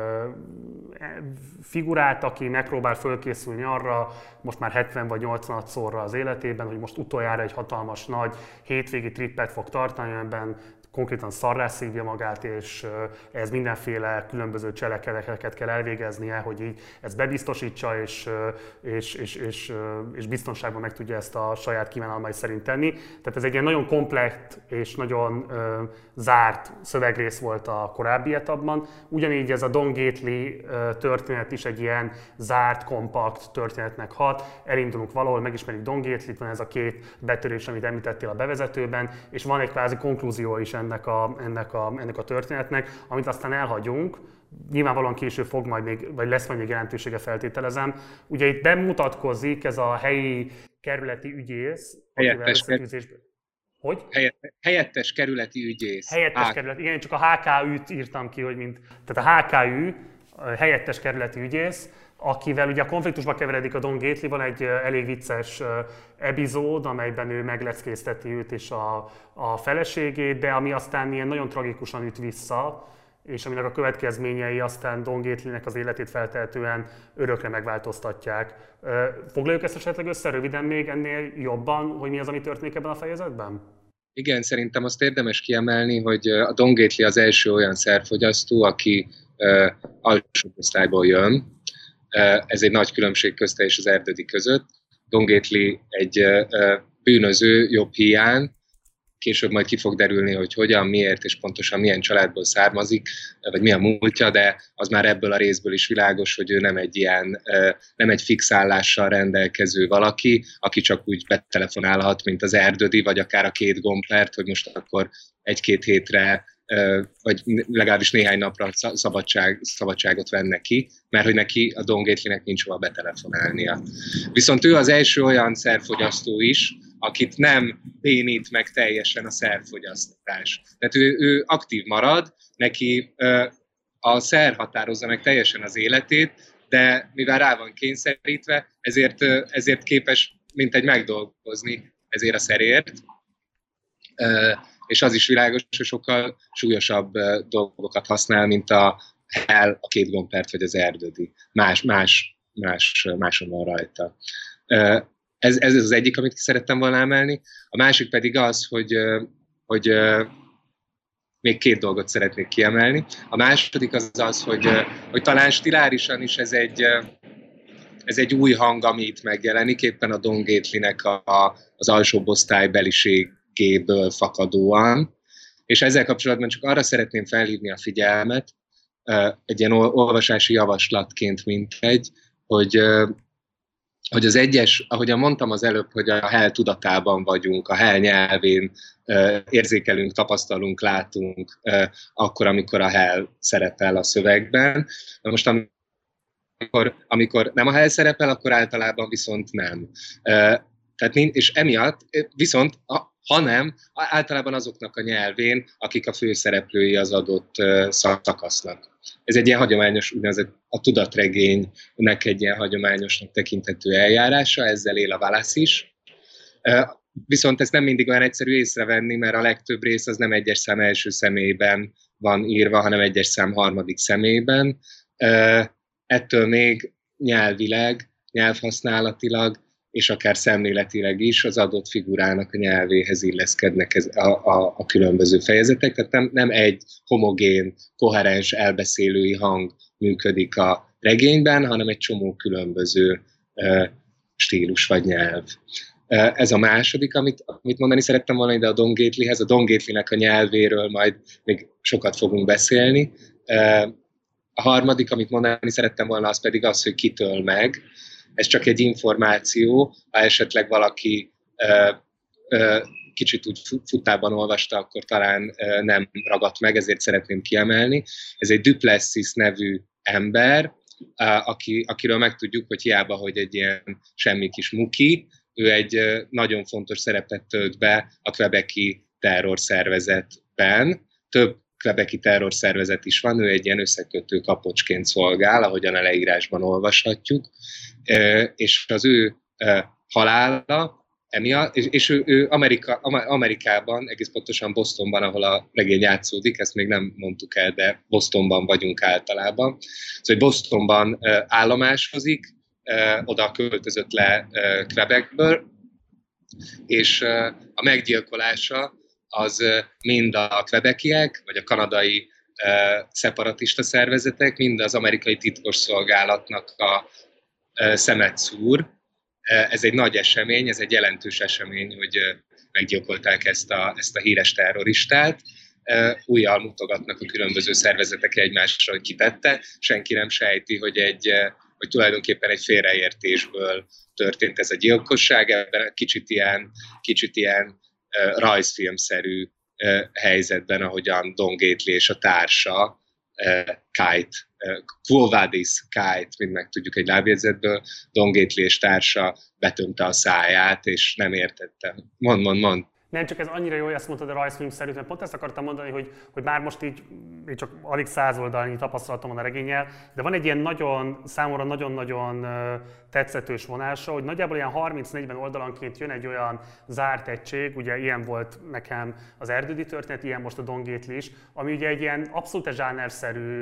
Speaker 1: figurát, aki megpróbál fölkészülni arra, most már 70 vagy 80 szorra az életében, hogy most utoljára egy hatalmas nagy hétvégi trippet fog tartani, amiben konkrétan szarrá szívja magát, és ez mindenféle különböző cselekedeteket kell elvégeznie, hogy így ezt bebiztosítsa, és biztonságban meg tudja ezt a saját kívánalmai szerint tenni. Tehát ez egy ilyen nagyon komplett és nagyon zárt szövegrész volt a korábbi etapban. Ugyanígy ez a Don Gately történet is egy ilyen zárt, kompakt történetnek hat. Elindulunk valahol, megismerjük Don Gatelyt, van ez a két betörés, amit említettél a bevezetőben, és van egy kvázi konklúzió is ennek a történetnek, amit aztán elhagyunk. Nyilvánvalóan később fog majd még, vagy lesz majd még jelentősége, feltételezem. Ugye itt bemutatkozik ez a helyi kerületi ügyész,
Speaker 2: Helyettes kerületi ügyész.
Speaker 1: Helyettes kerületi, igen, csak a HKÜ-t írtam ki, tehát a HKÜ, helyettes kerületi ügyész, akivel ugye a konfliktusba keveredik a Don Gately, van egy elég vicces epizód, amelyben ő megleckézteti őt és a feleségét, de ami aztán ilyen nagyon tragikusan üt vissza, és aminek a következményei aztán Don Gatelynek az életét feltehetően örökre megváltoztatják. Foglaljuk ezt esetleg össze röviden még ennél jobban, hogy mi az, ami történik ebben a fejezetben?
Speaker 2: Igen, szerintem azt érdemes kiemelni, hogy a Don Gately az első olyan szerfogyasztó, aki alsó osztályból jön. Ez egy nagy különbség közte és az erdődi között. Don Gately egy bűnöző jobb hiány, később majd ki fog derülni, hogy hogyan, miért és pontosan milyen családból származik, vagy mi a múltja, de az már ebből a részből is világos, hogy ő nem egy fix állással rendelkező valaki, aki csak úgy betelefonálhat, mint az erdődi, vagy akár a Kate Gompert, hogy most akkor egy-két hétre vagy legalábbis néhány napra szabadságot venne ki, mert hogy neki, a Don Gatelynek nincs hova betelefonálnia. Viszont ő az első olyan szerfogyasztó is, akit nem bénít meg teljesen a szerfogyasztás. Tehát ő aktív marad, neki a szer határozza meg teljesen az életét, de mivel rá van kényszerítve, ezért képes mintegy megdolgozni ezért a szerért. És az is világos, hogy sokkal súlyosabb dolgokat használ, mint a Hell, a Kate Gompert vagy az erdődi. Máson van rajta. Ez az egyik, amit szerettem volna emelni. A másik pedig az, hogy még két dolgot szeretnék kiemelni. A második az, hogy talán stilárisan is ez egy új hang, ami itt megjelenik, éppen a Don Gatelynek az alsóbb osztálybeliségéből fakadóan. És ezzel kapcsolatban csak arra szeretném felhívni a figyelmet, egy ilyen olvasási javaslatként mintegy, hogy hogy az egyes, ahogyan mondtam az előbb, hogy a hell tudatában vagyunk, a hell nyelvén érzékelünk, tapasztalunk, látunk, akkor, amikor a hell szerepel a szövegben. Na most amikor nem a hell szerepel, akkor általában viszont nem. Tehát, és emiatt viszont, ha nem, általában azoknak a nyelvén, akik a főszereplői az adott szakasznak. Ez egy ilyen hagyományos, úgynevezett a tudatregénynek egy ilyen hagyományosnak tekinthető eljárása, ezzel él a Wallace is. Viszont ezt nem mindig olyan egyszerű észrevenni, mert a legtöbb rész az nem egyes szám első személyben van írva, hanem egyes szám harmadik személyben. Ettől még nyelvileg, nyelvhasználatilag és akár szemléletileg is az adott figurának a nyelvéhez illeszkednek a különböző fejezetek. Tehát nem egy homogén, koherens elbeszélői hang működik a regényben, hanem egy csomó különböző stílus vagy nyelv. Ez a második, amit mondani szerettem volna ide a Don Gatelyhez. A Don Gatelynek a nyelvéről majd még sokat fogunk beszélni. A harmadik, amit mondani szerettem volna, az pedig az, hogy kitől meg. Ez csak egy információ, ha esetleg valaki kicsit úgy futában olvasta, akkor talán nem ragadt meg, ezért szeretném kiemelni. Ez egy Duplessis nevű ember, akiről megtudjuk, hogy hiába, hogy egy ilyen semmi kis muki, ő egy nagyon fontos szerepet tölt be a quebeci terrorszervezetben. Több quebeci terrorszervezet is van, ő egy ilyen összekötő kapocsként szolgál, ahogyan a leírásban olvashatjuk, és az ő halála emiatt, és ő Amerikában, egész pontosan Bostonban, ahol a regény játszódik, ezt még nem mondtuk el, de Bostonban vagyunk általában. Szóval Bostonban állomásozik, oda költözött le Quebecből, és a meggyilkolása az mind a quebeciek, vagy a kanadai szeparatista szervezetek, mind az amerikai titkosszolgálatnak a szemet szúr. Ez egy nagy esemény, ez egy jelentős esemény, hogy meggyilkolták ezt a híres terroristát. Újjal mutogatnak a különböző szervezetek egymásra, hogy ki tette. Senki nem sejti, hogy tulajdonképpen egy félreértésből történt ez a gyilkosság. Ebben kicsit ilyen rajzfilmszerű helyzetben, ahogyan Don Gately és a társa, Kite, Quo Vadis Kite, mint megtudjuk egy lábjegyzetből, Don Gately és társa betömte a száját, és nem értette. Mond.
Speaker 1: Nem, csak ez annyira jó, hogy ezt mondtad a rajzfilmszerű, mert pont ezt akartam mondani, hogy már most így csak alig 100 oldalnyi tapasztalatom van a regénnyel, de van egy ilyen számomra nagyon-nagyon tetszetős vonása, hogy nagyjából ilyen 30-40 oldalanként jön egy olyan zárt egység, ugye ilyen volt nekem az Erdődi történet, ilyen most a Don Gately is, ami ugye egy ilyen abszolút zsánerszerű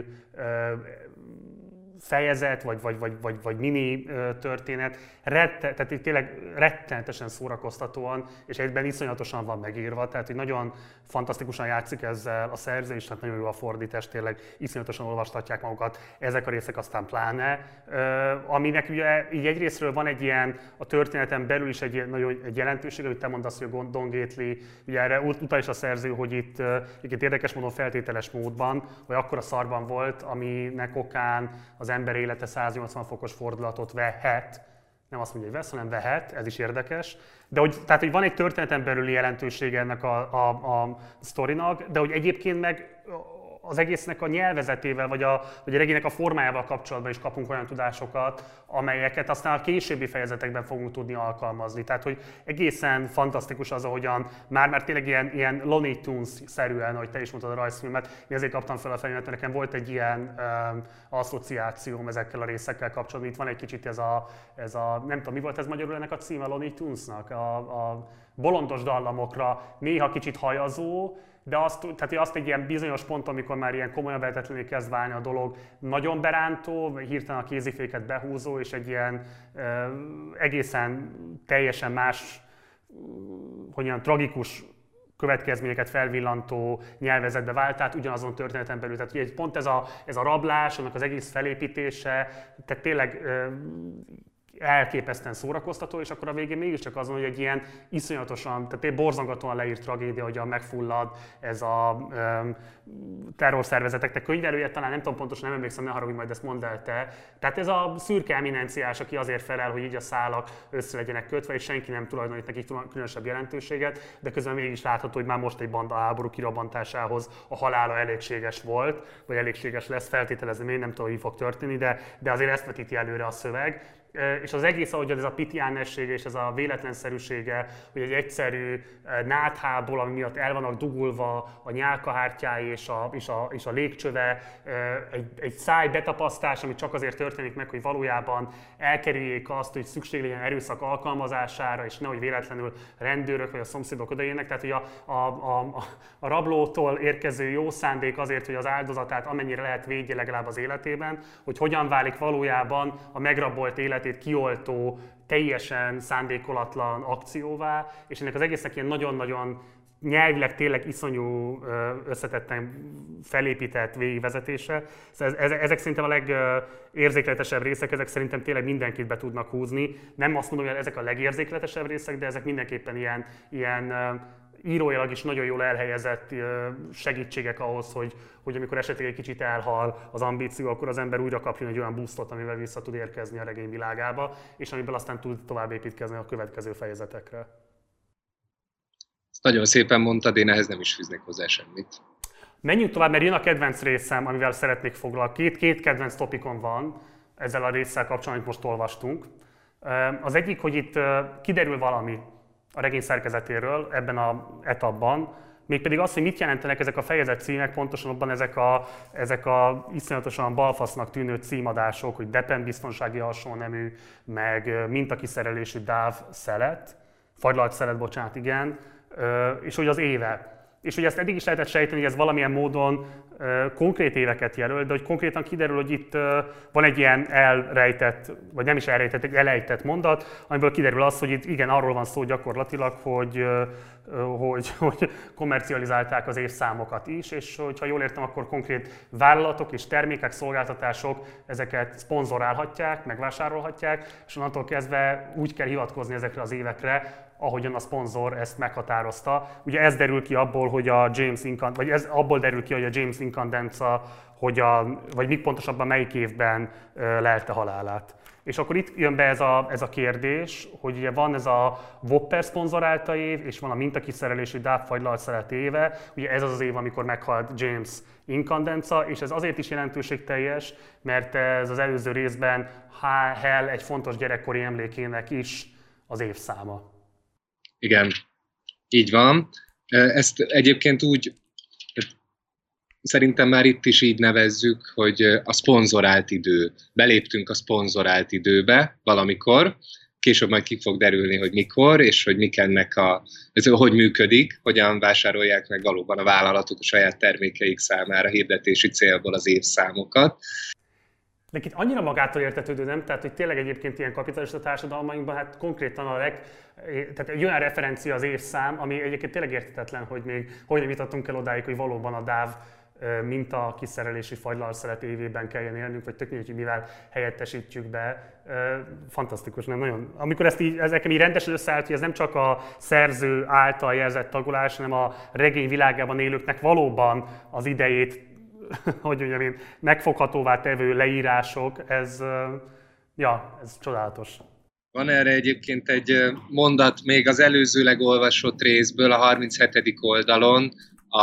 Speaker 1: fejezet, vagy mini történet, tehát itt tényleg rettenetesen szórakoztatóan, és egyben iszonyatosan van megírva, tehát hogy nagyon fantasztikusan játszik ezzel a szerző, és hát nagyon jó a fordítás, tényleg iszonyatosan olvastatják magukat, ezek a részek aztán pláne. Aminek ugye így egyrésztről van egy ilyen, a történeten belül is egy jelentőség, hogy te mondasz, hogy a Don Gately, ugye erre utal is a szerző, hogy itt érdekes módon feltételes módban, hogy akkora szarban volt, aminek okán az ember élete 180 fokos fordulatot vehet, nem azt mondja, hogy vesz, hanem vehet, ez is érdekes. De hogy van egy történeten belüli jelentősége ennek a sztorinak, de hogy egyébként meg az egésznek a nyelvezetével, vagy a regénynek a formájával kapcsolatban is kapunk olyan tudásokat, amelyeket aztán a későbbi fejezetekben fogunk tudni alkalmazni. Tehát, hogy egészen fantasztikus az, ahogyan már tényleg ilyen Looney Tunes-szerűen, ahogy te is mondtad a rajzfilmet, én ezért kaptam fel a fejemet, mert nekem volt egy ilyen asszociációm ezekkel a részekkel kapcsolatban. Itt van egy kicsit ez a nem tudom, mi volt ez magyarul ennek a címe a Looney Tunes-nak? A bolondos dallamokra néha kicsit hajazó, de azt egy ilyen bizonyos pont, amikor már ilyen komolyan vehetetlenül kezd válni a dolog, nagyon berántó, hirtelen a kéziféket behúzó, és egy ilyen egészen teljesen más, hogy ilyen tragikus következményeket felvillantó nyelvezetbe vált, tehát ugyanazon történeten belül. Tehát ugye pont ez a rablás, annak az egész felépítése, tehát tényleg elképesztően szórakoztató, és akkor a végén mégiscsak az van, hogy egy ilyen iszonyatosan, tehát borzongatóan leírt tragédia, hogyan megfullad ez a terrorszervezeteknek könyvelője, talán nem tudom pontosan, nem emlékszem, ne haragudj, majd ezt mondd el te. Tehát ez a szürke eminenciás, aki azért felel, hogy így a szálak össze legyenek kötve, és senki nem tulajdonít nekik különösebb jelentőséget, de közben mégis látható, hogy már most egy banda háború kirobbantásához a halála elégséges volt, vagy elégséges lesz, feltételezni, még nem tudom, hogy fog történni, de azért ezt vetíti előre a szöveg. És az egész, ahogy ez a pitiánessége és ez a véletlenszerűsége, hogy egy egyszerű náthából, ami miatt el vannak dugulva a nyálkahártyái és a légcsöve, egy száj betapasztás, ami csak azért történik meg, hogy valójában elkerüljék azt, hogy szükség legyen erőszak alkalmazására, és nehogy véletlenül rendőrök vagy a szomszédok odaérnek. Tehát, hogy a rablótól érkező jó szándék azért, hogy az áldozatát amennyire lehet védje legalább az életében, hogy hogyan válik valójában a megrabolt életét kioltó, teljesen szándékolatlan akcióvá, és ennek az egésznek ilyen nagyon-nagyon nyelvileg tényleg iszonyú összetetten felépített végigvezetése. Ezek szerintem a legérzékletesebb részek, ezek szerintem tényleg mindenkit be tudnak húzni. Nem azt mondom, hogy ezek a legérzékletesebb részek, de ezek mindenképpen ilyen íróilag is nagyon jól elhelyezett segítségek ahhoz, hogy amikor esetleg egy kicsit elhal az ambíció, akkor az ember újra kapjon egy olyan boostot, amivel vissza tud érkezni a regény világába, és amiből aztán tud tovább építkezni a következő fejezetekre.
Speaker 2: Ezt nagyon szépen mondtad, én ehhez nem is fűznék hozzá semmit.
Speaker 1: Menjünk tovább, mert jön a kedvenc részem, amivel szeretnék foglalkozni. Két kedvenc topikon van ezzel a résszel kapcsolatban, amit most olvastunk. Az egyik, hogy itt kiderül valami a regény szerkezetéről ebben az etapban, mégpedig az, hogy mit jelentenek ezek a fejezet címek, pontosan abban ezek a iszonyatosan balfasznak tűnő címadások, hogy Depen biztonsági alsónemű, meg mintakiszerelésű dáv szelet, fagylalt szelet, bocsánat, igen, és hogy az éve. És hogy ezt eddig is lehetett sejteni, hogy ez valamilyen módon konkrét éveket jelöl, de hogy konkrétan kiderül, hogy itt van egy ilyen elrejtett, vagy nem is elrejtett, egy elejtett mondat, amiből kiderül az, hogy itt igen, arról van szó gyakorlatilag, hogy kommercializálták az évszámokat is, és hogyha jól értem, akkor konkrét vállalatok és termékek, szolgáltatások ezeket szponzorálhatják, megvásárolhatják, és onnantól kezdve úgy kell hivatkozni ezekre az évekre, ahogyan a szponzor ezt meghatározta. Ugye ez derül ki abból, hogy abból derül ki, hogy a James Incandenza vagy még pontosabban melyik évben lelte halálát. És akkor itt jön be ez a kérdés, hogy ugye van ez a Whopper szponzorálta év, és van a mintakiszerelésű dáv fagylalt szelet éve. Ugye ez az év, amikor meghalt James Incandenza, és ez azért is jelentőségteljes, mert ez az előző részben Hal egy fontos gyerekkori emlékének is az évszáma.
Speaker 2: Igen, így van. Ezt egyébként úgy, szerintem már itt is így nevezzük, hogy a szponzorált idő. Beléptünk a szponzorált időbe valamikor, később majd ki fog derülni, hogy mikor, és hogy ez hogy működik, hogyan vásárolják meg valóban a vállalatok a saját termékeik számára hirdetési célból az évszámokat.
Speaker 1: De itt annyira magától értetődő, nem? Tehát, hogy tényleg egyébként ilyen kapitalista társadalmainkban, hát konkrétan tehát egy olyan referencia az évszám, ami egyébként tényleg érthetetlen, hogy még hogy nem jutottunk el odáig, hogy valóban a dáv minta kiszerelési fagylalszelet évében kelljen élnünk, vagy tök mindegy, hogy mivel helyettesítjük be. Fantasztikus, nem nagyon. Amikor ez nekem így rendesen összeállt, hogy ez nem csak a szerző által jelzett tagolás, hanem a regény világában élőknek valóban az idejét, hogy mondjam én, megfoghatóvá tevő leírások, ez csodálatos.
Speaker 2: Van erre egyébként egy mondat még az előzőleg olvasott részből, a 37. oldalon,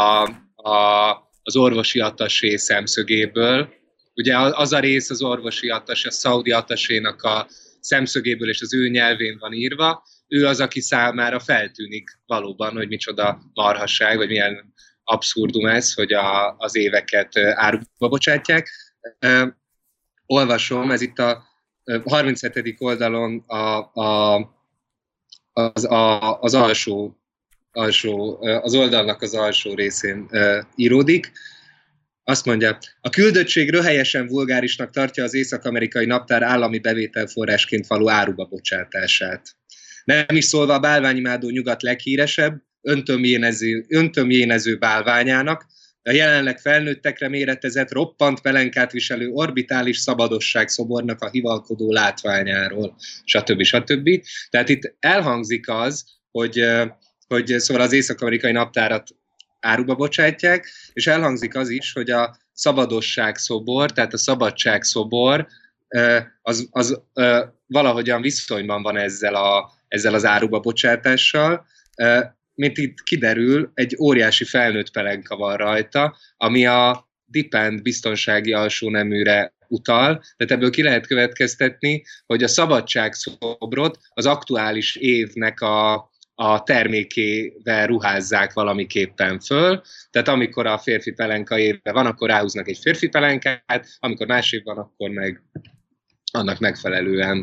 Speaker 2: az orvosi attaché szemszögéből. Ugye az a rész az orvosi attaché, a szaudi attasénak a szemszögéből és az ő nyelvén van írva. Ő az, aki számára feltűnik valóban, hogy micsoda marhasság, vagy milyen abszurdum ez, hogy az éveket áruba bocsátják. Olvasom, ez itt a 37. oldalon az oldalnak az alsó részén íródik. Azt mondja, a küldöttség röhelyesen vulgárisnak tartja az észak-amerikai naptár állami bevételforrásként való áruba bocsátását. Nem is szólva a bálványimádó nyugat leghíresebb, öntömjénező bálványának, a jelenleg felnőttekre méretezett, roppant pelenkát viselő orbitális szabadosságszobornak a hivalkodó látványáról, stb. Stb. Tehát itt elhangzik az, hogy szóval az észak-amerikai naptárat áruba bocsátják, és elhangzik az is, hogy a szabadosságszobor, tehát a szabadságszobor az valahogyan viszonyban van ezzel az áruba bocsátással. Mint itt kiderül, egy óriási felnőtt pelenka van rajta, ami a Depend biztonsági alsóneműre utal, tehát ebből ki lehet következtetni, hogy a szabadságszobrot az aktuális évnek a termékével ruházzák valamiképpen föl, tehát amikor a férfi pelenka évben van, akkor ráhúznak egy férfi pelenkát, amikor más év van, akkor meg annak megfelelően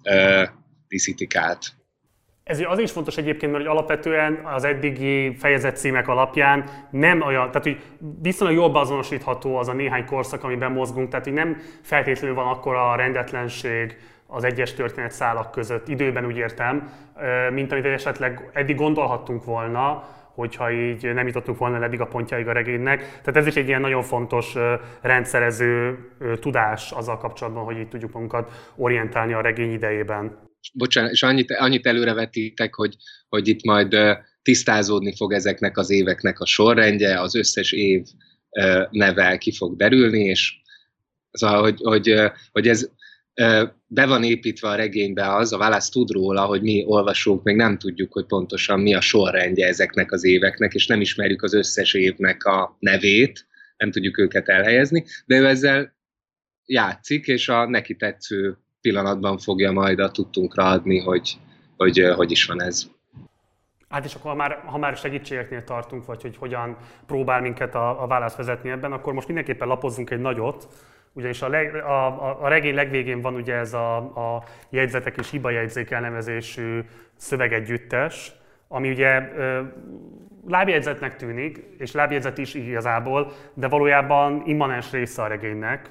Speaker 2: díszítik át.
Speaker 1: Ez az is fontos egyébként, mert alapvetően az eddigi fejezet címek alapján nem olyan, tehát hogy viszonylag jól beazonosítható az a néhány korszak, amiben mozgunk, tehát hogy nem feltétlenül van akkora a rendetlenség az egyes történetszálak között, időben úgy értem, mint amit esetleg eddig gondolhattunk volna, hogyha így nem jutottunk volna eddig a pontjáig a regénynek. Tehát ez is egy ilyen nagyon fontos rendszerező tudás azzal kapcsolatban, hogy így tudjuk magunkat orientálni a regény idejében.
Speaker 2: Bocsánat, és annyit előrevetítek, hogy itt majd tisztázódni fog ezeknek az éveknek a sorrendje, az összes év neve ki fog derülni, és szóval, hogy ez be van építve a regénybe az, a Wallace tud róla, hogy mi olvasók még nem tudjuk, hogy pontosan mi a sorrendje ezeknek az éveknek, és nem ismerjük az összes évnek a nevét, nem tudjuk őket elhelyezni, de ő ezzel játszik, és a neki tetsző pillanatban fogja majd a tudtunkra adni, hogy is van ez.
Speaker 1: Hát és akkor ha már segítségeknél tartunk, vagy hogy hogyan próbál minket a Wallace vezetni ebben, akkor most mindenképpen lapozzunk egy nagyot, ugyanis a regény legvégén van ugye ez a jegyzetek és hibajegyzék elnevezésű szövegegyüttes, ami ugye lábjegyzetnek tűnik, és lábjegyzet is igazából, de valójában immanens része a regénynek.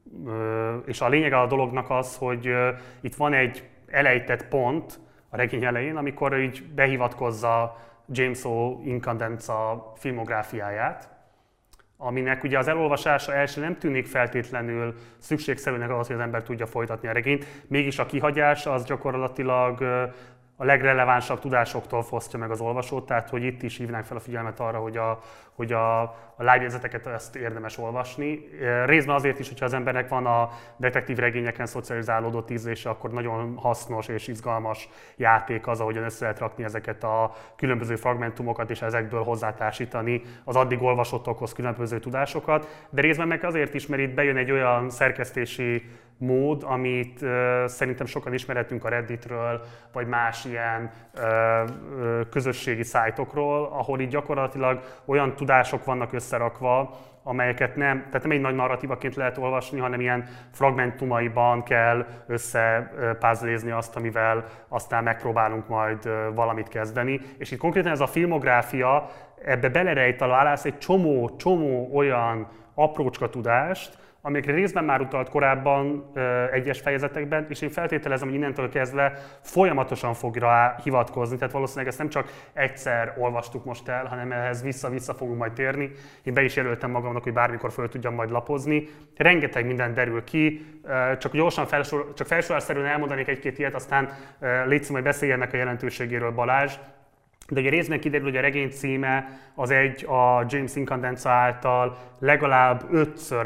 Speaker 1: És a lényeg a dolognak az, hogy itt van egy elejtett pont a regény elején, amikor így behivatkozza James O. Incandenza filmográfiáját, aminek ugye az elolvasása első nem tűnik feltétlenül szükségszerűnek ahhoz, hogy az ember tudja folytatni a regényt, mégis a kihagyás az gyakorlatilag a legrelevánsabb tudásoktól fosztja meg az olvasót, tehát hogy itt is hívnánk fel a figyelmet arra, hogy a lábjegyzeteket ezt érdemes olvasni. Részben azért is, hogyha az embernek van a detektív regényeken szocializálódott ízlése, akkor nagyon hasznos és izgalmas játék az, ahogyan össze lehet rakni ezeket a különböző fragmentumokat, és ezekből hozzátársítani az addig olvasottokhoz különböző tudásokat. De részben meg azért is, mert itt bejön egy olyan szerkesztési mód, amit szerintem sokan ismerhetünk a Redditről, vagy más ilyen közösségi szájtokról, ahol így gyakorlatilag olyan tudások vannak összerakva, amelyeket tehát nem egy nagy narratívaként lehet olvasni, hanem ilyen fragmentumaiban kell összepázlézni azt, amivel aztán megpróbálunk majd valamit kezdeni. És itt konkrétan ez a filmográfia, ebbe belerejt a Wallace egy csomó olyan aprócska tudást, amikre részben már utalt korábban egyes fejezetekben, és én feltételezem, hogy innentől kezdve folyamatosan fog rá hivatkozni, tehát valószínűleg ezt nem csak egyszer olvastuk most el, hanem ehhez vissza-vissza fogunk majd térni. Én be is jelöltem magamnak, hogy bármikor föl tudjam majd lapozni. Rengeteg minden derül ki, csak gyorsan felsorolásszerűen elmondanék egy-két ilyet, aztán légy szíves, hogy beszéljenek a jelentőségéről Balázs. De ugye részben kiderül, hogy a regény címe az a James Incandenza által legalább 5-ször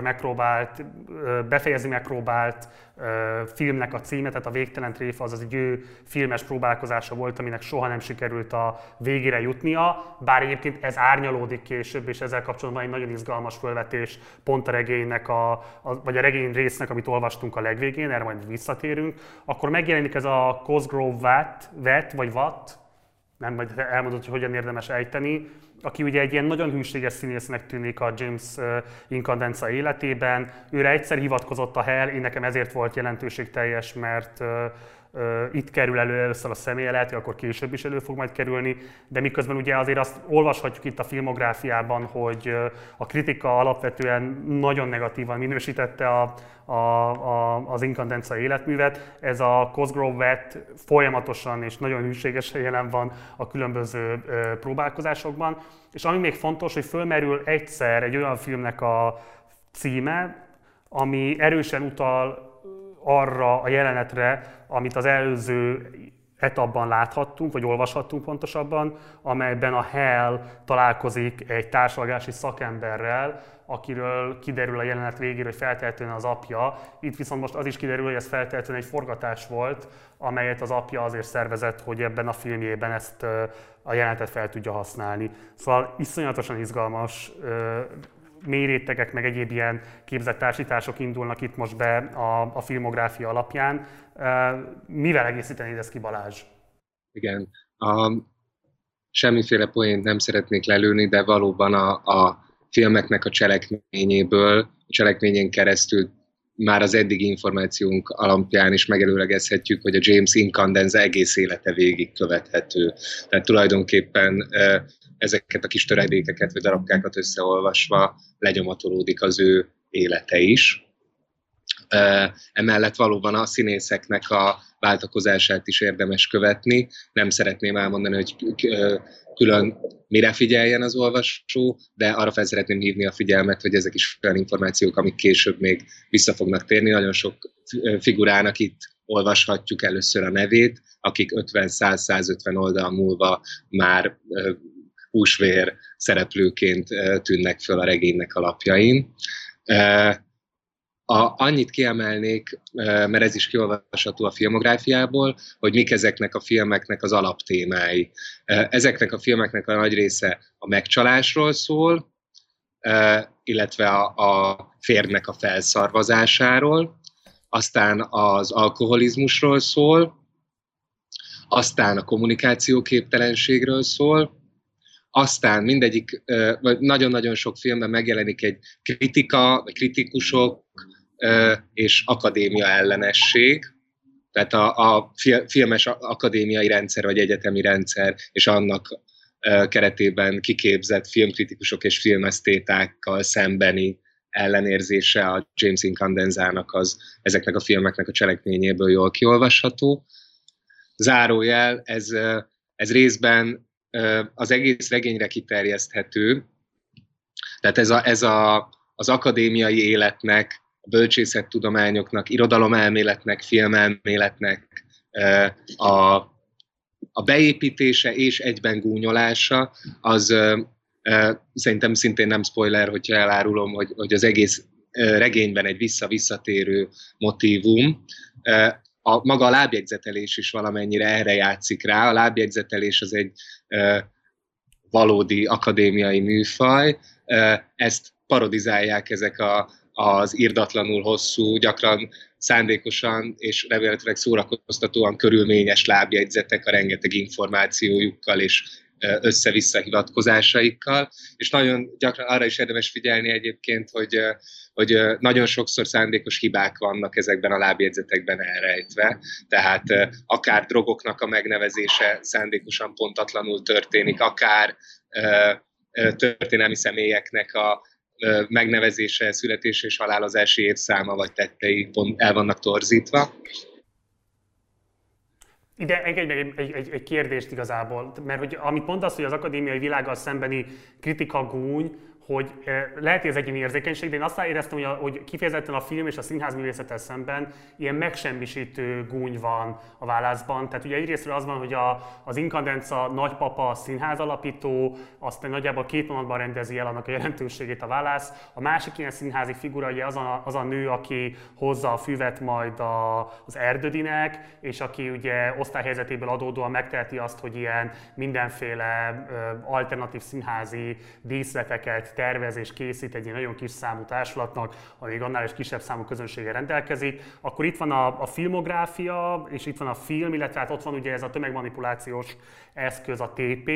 Speaker 1: befejezni megpróbált filmnek a címe, tehát a Végtelen tréfa az egy ő filmes próbálkozása volt, aminek soha nem sikerült a végére jutnia, bár egyébként ez árnyalódik később, és ezzel kapcsolatban egy nagyon izgalmas felvetés pont a regénynek, vagy a regény résznek, amit olvastunk a legvégén, erre majd visszatérünk. Akkor megjelenik ez a Cosgrove Watt, vagy Watt, nem, majd elmondod, hogy hogyan érdemes ejteni, aki ugye egy ilyen nagyon hűséges színésznek tűnik a James Incandenza életében. Őre egyszer hivatkozott a Hell, én nekem ezért volt jelentőségteljes, mert itt kerül elő először a személye, lehet, hogy akkor később is elő fog majd kerülni, de miközben ugye azért azt olvashatjuk itt a filmográfiában, hogy a kritika alapvetően nagyon negatívan minősítette az Incandenza életművet. Ez a Cosgrove vett folyamatosan és nagyon hűségesen jelen van a különböző próbálkozásokban. És ami még fontos, hogy fölmerül egyszer egy olyan filmnek a címe, ami erősen utal arra a jelenetre, amit az előző etapban láthattunk, vagy olvashattunk pontosabban, amelyben a Hal találkozik egy társalgási szakemberrel, akiről kiderül a jelenet végére, hogy feltehetően az apja. Itt viszont most az is kiderül, hogy ez feltehetően egy forgatás volt, amelyet az apja azért szervezett, hogy ebben a filmjében ezt a jelenetet fel tudja használni. Szóval iszonyatosan izgalmas mélyrétegek, meg egyéb ilyen képzett társítások indulnak itt most be a filmográfia alapján. Mivel egészítenéd ezt ki, Balázs?
Speaker 2: Igen, semmiféle poént nem szeretnék lelőni, de valóban a filmeknek a cselekményéből, a cselekményén keresztül már az eddigi információnk alapján is megelőlegezhetjük, hogy a James Incandenza egész élete végig követhető. Tehát tulajdonképpen ezeket a kis töredékeket vagy darabkákat összeolvasva lenyomatolódik az ő élete is. Emellett valóban a színészeknek a váltakozását is érdemes követni. Nem szeretném elmondani, hogy külön mire figyeljen az olvasó, de arra fel szeretném hívni a figyelmet, hogy ezek is olyan információk, amik később még vissza fognak térni. Nagyon sok figurának itt olvashatjuk először a nevét, akik 50-100-150 oldal múlva már húsvér szereplőként tűnnek föl a regénynek alapjain. Annyit kiemelnék, mert ez is kiolvasható a filmográfiából, hogy mik ezeknek a filmeknek az alaptémái. Ezeknek a filmeknek a nagy része a megcsalásról szól, illetve a férjnek a felszarvazásáról, aztán az alkoholizmusról szól, aztán a kommunikációképtelenségről szól, aztán mindegyik, vagy nagyon-nagyon sok filmben megjelenik egy kritika, vagy kritikusok és akadémia ellenesség. Tehát a filmes akadémiai rendszer, vagy egyetemi rendszer, és annak keretében kiképzett filmkritikusok és filmesztétákkal szembeni ellenérzése a James Incandenzának ezeknek a filmeknek a cselekményéből jól kiolvasható. Zárójel, ez részben az egész regényre kiterjeszthető, tehát az akadémiai életnek, a bölcsészettudományoknak, irodalomelméletnek, filmelméletnek a beépítése és egyben gúnyolása, az szerintem szintén nem spoiler, hogyha elárulom, hogy az egész regényben egy visszatérő motívum. Maga a lábjegyzetelés is valamennyire erre játszik rá. A lábjegyzetelés az egy valódi akadémiai műfaj. Ezt parodizálják ezek az irdatlanul hosszú, gyakran szándékosan és remélhetőleg szórakoztatóan körülményes lábjegyzetek a rengeteg információjukkal és össze-vissza hivatkozásaikkal, és nagyon gyakran arra is érdemes figyelni egyébként, hogy nagyon sokszor szándékos hibák vannak ezekben a lábjegyzetekben elrejtve, tehát akár drogoknak a megnevezése szándékosan pontatlanul történik, akár történelmi személyeknek a megnevezése, születés és halálozási évszáma vagy tettei el vannak torzítva.
Speaker 1: Ide engedj meg egy kérdést igazából, mert hogy amit mondasz, hogy az akadémiai világgal szembeni kritika gúny, hogy lehet, hogy ez egyéni érzékenység, de én azt éreztem, hogy kifejezetten a film és a színházművészettel szemben ilyen megsemmisítő gúny van a válaszban. Tehát ugye egyrésztről az van, hogy az Incandenza nagypapa színház alapító, azt nagyjából 2 mondatban rendezi el annak a jelentőségét a válasz. A másik ilyen színházi figura ugye az a nő, aki hozza a füvet majd az Erdődinek, és aki ugye osztályhelyzetéből adódóan megteheti azt, hogy ilyen mindenféle alternatív színházi díszleteket tervez és készít egy ilyen nagyon kis számú társulatnak, ami annál is kisebb számú közönséggel rendelkezik. Akkor itt van a filmográfia, és itt van a film, illetve hát ott van ugye ez a tömegmanipulációs eszköz, a TP,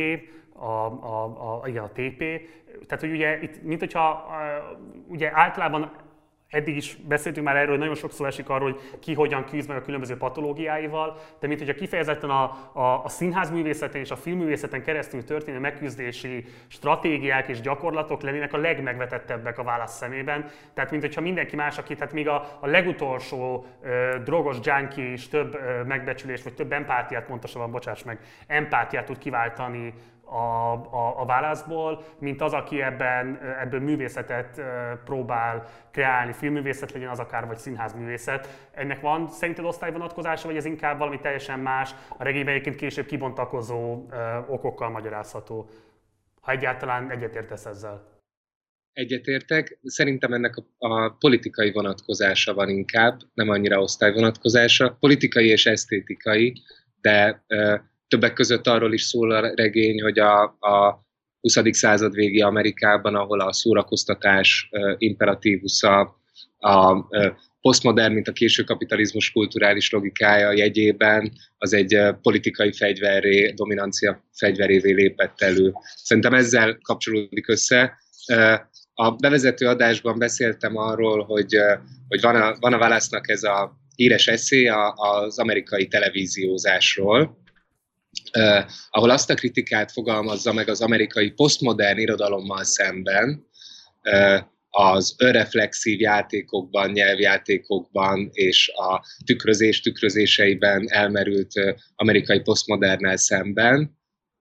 Speaker 1: igen, a TP. Tehát, hogy ugye itt, mint hogyha ugye általában Eddig is beszéltünk már erről, hogy nagyon sokszor esik arról, hogy ki hogyan küzd meg a különböző patológiáival, de mint hogyha kifejezetten a színházművészeten és a filmművészeten keresztül történő megküzdési stratégiák és gyakorlatok lennének a legmegvetettebbek a válasz szemében. Tehát mint hogyha mindenki más, aki tehát még a legutolsó drogos junkie is több megbecsülést, vagy több empátiát, pontosabban, bocsáss meg, empátiát tud kiváltani a válaszból, mint az, aki ebből művészetet próbál kreálni, filmművészet legyen az akár, vagy színházművészet. Ennek van szerinted osztályvonatkozása, vagy ez inkább valami teljesen más, a regényben egyébként később kibontakozó okokkal magyarázható? Ha egyáltalán egyetértesz ezzel.
Speaker 2: Egyetértek. Szerintem ennek a politikai vonatkozása van inkább, nem annyira osztályvonatkozása. Politikai és esztétikai, de többek között arról is szól a regény, hogy a 20. század végi Amerikában, ahol a szórakoztatás imperatívusza, a posztmodern, mint a késő kapitalizmus kulturális logikája jegyében, az egy politikai fegyverré, dominancia fegyverévé lépett elő. Szerintem ezzel kapcsolódik össze. A bevezető adásban beszéltem arról, hogy van a Wallace-nak ez a híres eszé az amerikai televíziózásról, ahol azt a kritikát fogalmazza meg az amerikai posztmodern irodalommal szemben, az önreflexív játékokban, nyelvjátékokban és a tükrözéseiben elmerült amerikai posztmodernnel szemben,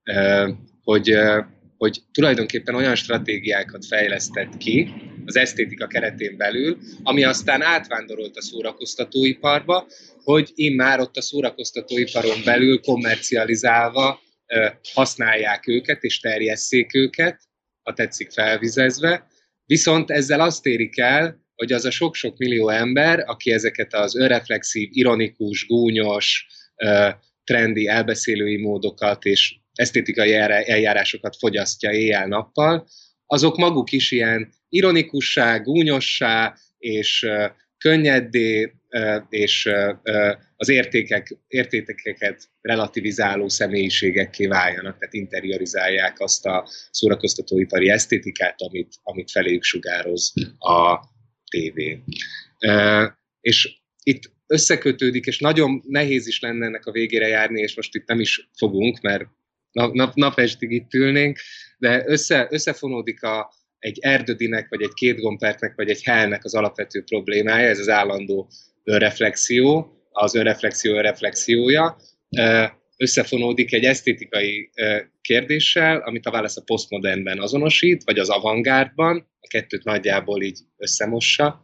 Speaker 2: hogy tulajdonképpen olyan stratégiákat fejlesztett ki az esztétika keretén belül, ami aztán átvándorolt a szórakoztatóiparba, hogy immár ott a szórakoztatóiparon belül kommercializálva használják őket és terjesszék őket, ha tetszik felvizezve. Viszont ezzel azt érik el, hogy az a sok-sok millió ember, aki ezeket az önreflexív, ironikus, gúnyos, trendi elbeszélői módokat és esztétikai eljárásokat fogyasztja éjjel-nappal, azok maguk is ilyen ironikussá, gúnyossá és könnyeddé és az értékeket relativizáló személyiségekké váljanak, tehát interiorizálják azt a szórakoztatóipari esztétikát, amit feléjük sugároz a tévé. És itt összekötődik, és nagyon nehéz is lenne ennek a végére járni, és most itt nem is fogunk, mert napestig itt ülnénk, de összefonódik egy Erdődinek, vagy egy Két Gompertnek, vagy egy Hellnek az alapvető problémája, ez az állandó önreflexió, az önreflexió önreflexiója, összefonódik egy esztétikai kérdéssel, amit a Wallace a posztmodernben azonosít, vagy az avantgárdban, a kettőt nagyjából így összemossa,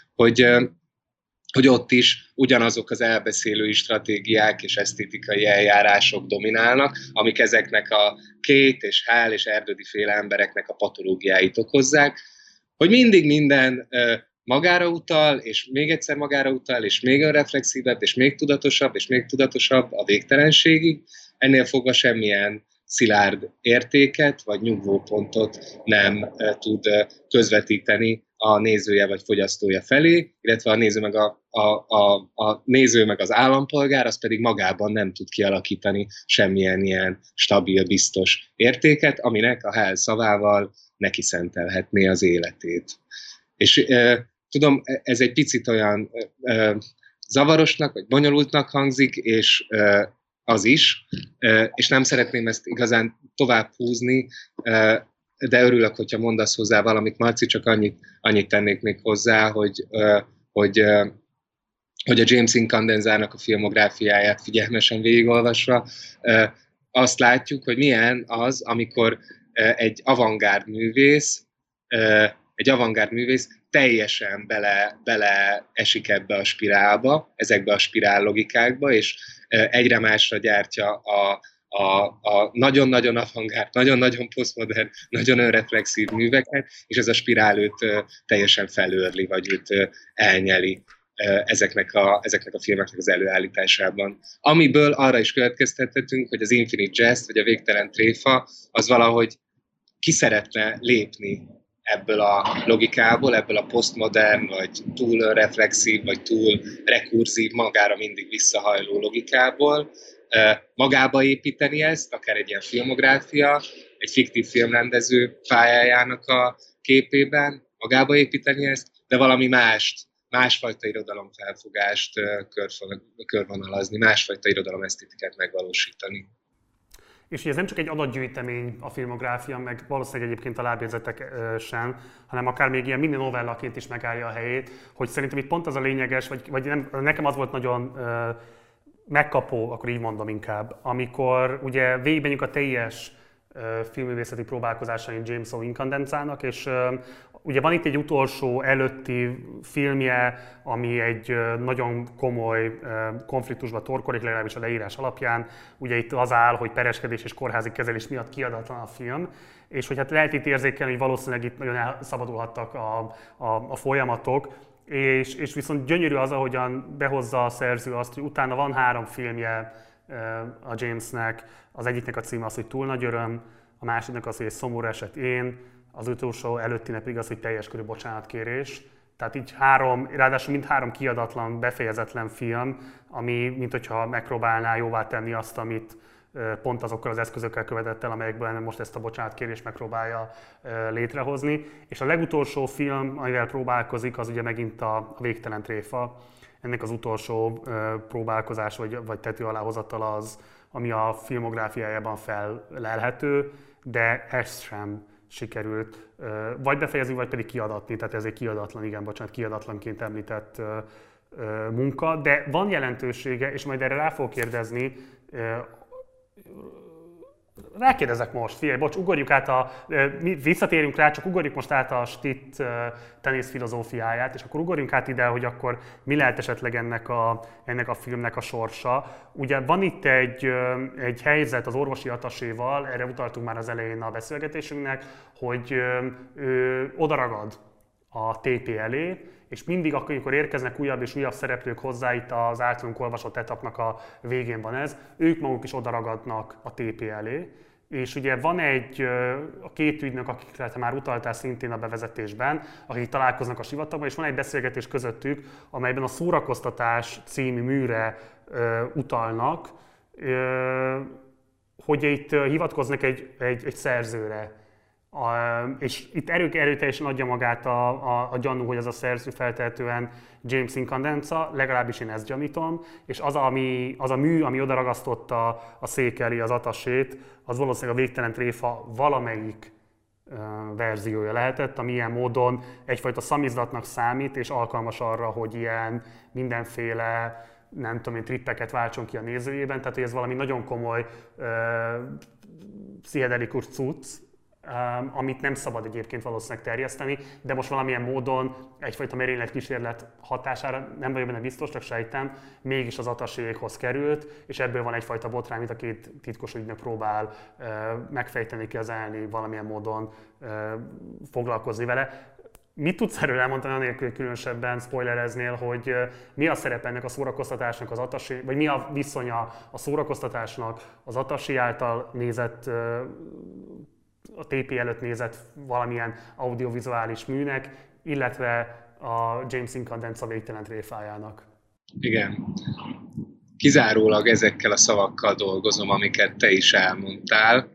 Speaker 2: hogy ott is ugyanazok az elbeszélői stratégiák és esztétikai eljárások dominálnak, amik ezeknek a Kate és Hal és Erdődi féle embereknek a patológiáit okozzák, hogy mindig minden magára utal, és még egyszer magára utal, és még önreflexívebb, és még tudatosabb a végtelenségig. Ennél fogva semmilyen szilárd értéket vagy nyugvópontot nem tud közvetíteni a nézője vagy fogyasztója felé, illetve a néző meg az állampolgár, az pedig magában nem tud kialakítani semmilyen ilyen stabil, biztos értéket, aminek a Hal szavával neki szentelhetné az életét. És tudom, ez egy picit olyan zavarosnak, vagy bonyolultnak hangzik, és az is, és nem szeretném ezt igazán tovább húzni, de örülök, hogyha mondasz hozzá valamit, Marci, csak annyit tennék még hozzá, hogy a James Incandenzárnak a filmográfiáját figyelmesen végigolvasva azt látjuk, hogy milyen az, amikor egy avantgárd művész teljesen bele esik ebbe a spirálba, ezekbe a spirállogikákba, és egyre másra gyártja a nagyon-nagyon avantgárd, nagyon-nagyon posztmodern, nagyon önreflexív műveket, és ez a spirál őt teljesen felőrli, vagy őt elnyeli ezeknek a filmeknek az előállításában. Amiből arra is következtethetünk, hogy az Infinite Jest, vagy a Végtelen tréfa, az valahogy ki szeretne lépni ebből a logikából, ebből a posztmodern, vagy túl reflexív, vagy túl rekurzív, magára mindig visszahajló logikából, magába építeni ezt, akár egy ilyen filmográfia, egy fiktív filmrendező pályájának a képében, magába építeni ezt, de valami másfajta irodalomfelfogást körvonalazni, másfajta irodalomesztétikát megvalósítani.
Speaker 1: És ugye ez nem csak egy adatgyűjtemény a filmográfia, meg valószínűleg egyébként a lábjegyzetek sem, hanem akár még ilyen mini novellaként is megállja a helyét, hogy szerintem itt pont az a lényeges, vagy nem, nekem az volt nagyon megkapó, akkor így mondom inkább, amikor ugye végigmenjünk a teljes filmművészeti próbálkozásain James O. Incandenzának, és ugye van itt egy utolsó előtti filmje, ami egy nagyon komoly konfliktusba torkolik, legalábbis a leírás alapján. Ugye itt az áll, hogy pereskedés és kórházi kezelés miatt kiadatlan a film, és hogy hát lehet itt érzékelni, hogy valószínűleg itt nagyon elszabadulhattak a folyamatok, és viszont gyönyörű az, ahogyan behozza a szerző azt, hogy utána van 3 filmje a Jamesnek, az egyiknek a címe az, hogy Túl nagy öröm, a másiknak az, hogy Egy szomorú eset én, az utolsó előttinek pedig az, hogy Teljes körű bocsánatkérés. Tehát így ráadásul mind 3 kiadatlan, befejezetlen film, ami minthogyha megpróbálná jóvá tenni azt, amit pont azokkal az eszközökkel követett el, amelyekben most ezt a bocsánatkérést megpróbálja létrehozni. És a legutolsó film, amivel próbálkozik, az ugye megint a Végtelen tréfa. Ennek az utolsó próbálkozás vagy tető alá hozatal az, ami a filmográfiájában fellelhető, de ezt sem sikerült vagy befejezni, vagy pedig kiadatni, tehát ez egy kiadatlanként említett munka, de van jelentősége, és majd erre rá fogok kérdezni, rákérdezek most, figyelj, bocs, ugorjuk át visszatérünk rá, csak ugorjuk most át a Stitt tenisz filozófiáját, és akkor ugorjunk át ide, hogy akkor mi lehet esetleg ennek a filmnek a sorsa. Ugye van itt egy helyzet az orvosi ataséval, erre utaltunk már az elején a beszélgetésünknek, hogy ő odaragad a TP elé, és mindig akkor, amikor érkeznek újabb és újabb szereplők hozzá, itt az általunk olvasott etapnak a végén van ez, ők maguk is odaragadnak a TP elé. És ugye van a 2 ügynök, akikre te már utaltál szintén a bevezetésben, akik találkoznak a sivatagban, és van egy beszélgetés közöttük, amelyben a Szórakoztatás című műre utalnak, hogy itt hivatkoznak egy szerzőre. És itt erőteljesen adja magát a gyanú, hogy ez a szerző feltehetően James Incandenza, legalábbis én ezt gyanítom, és az a mű, ami odaragasztotta a szék elé az atasét, az valószínűleg a Végtelen tréfa valamelyik verziója lehetett, ami ilyen módon egyfajta szamizdatnak számít, és alkalmas arra, hogy ilyen mindenféle, nem tudom én, trippeket váltson ki a nézőjében, tehát hogy ez valami nagyon komoly pszichedelikus cucc, amit nem szabad egyébként valószínűleg terjeszteni, de most valamilyen módon egyfajta merényletkísérlet hatására, nem vagyok benne biztos, csak sejtem, mégis az atasékhoz került, és ebből van egyfajta botrány, amit a 2 titkos ügynök próbál megfejteni, kezelni, valamilyen módon foglalkozni vele. Mit tudsz erről elmondani, anélkül különösebben spoilereznél, hogy mi a szerep ennek a szórakoztatásnak az atasé, vagy mi a viszonya a szórakoztatásnak az atasé által nézett, a TP előtt nézett valamilyen audiovizuális műnek, illetve a James Incandenza Végtelen tréfájának.
Speaker 2: Igen. Kizárólag ezekkel a szavakkal dolgozom, amiket te is elmondtál.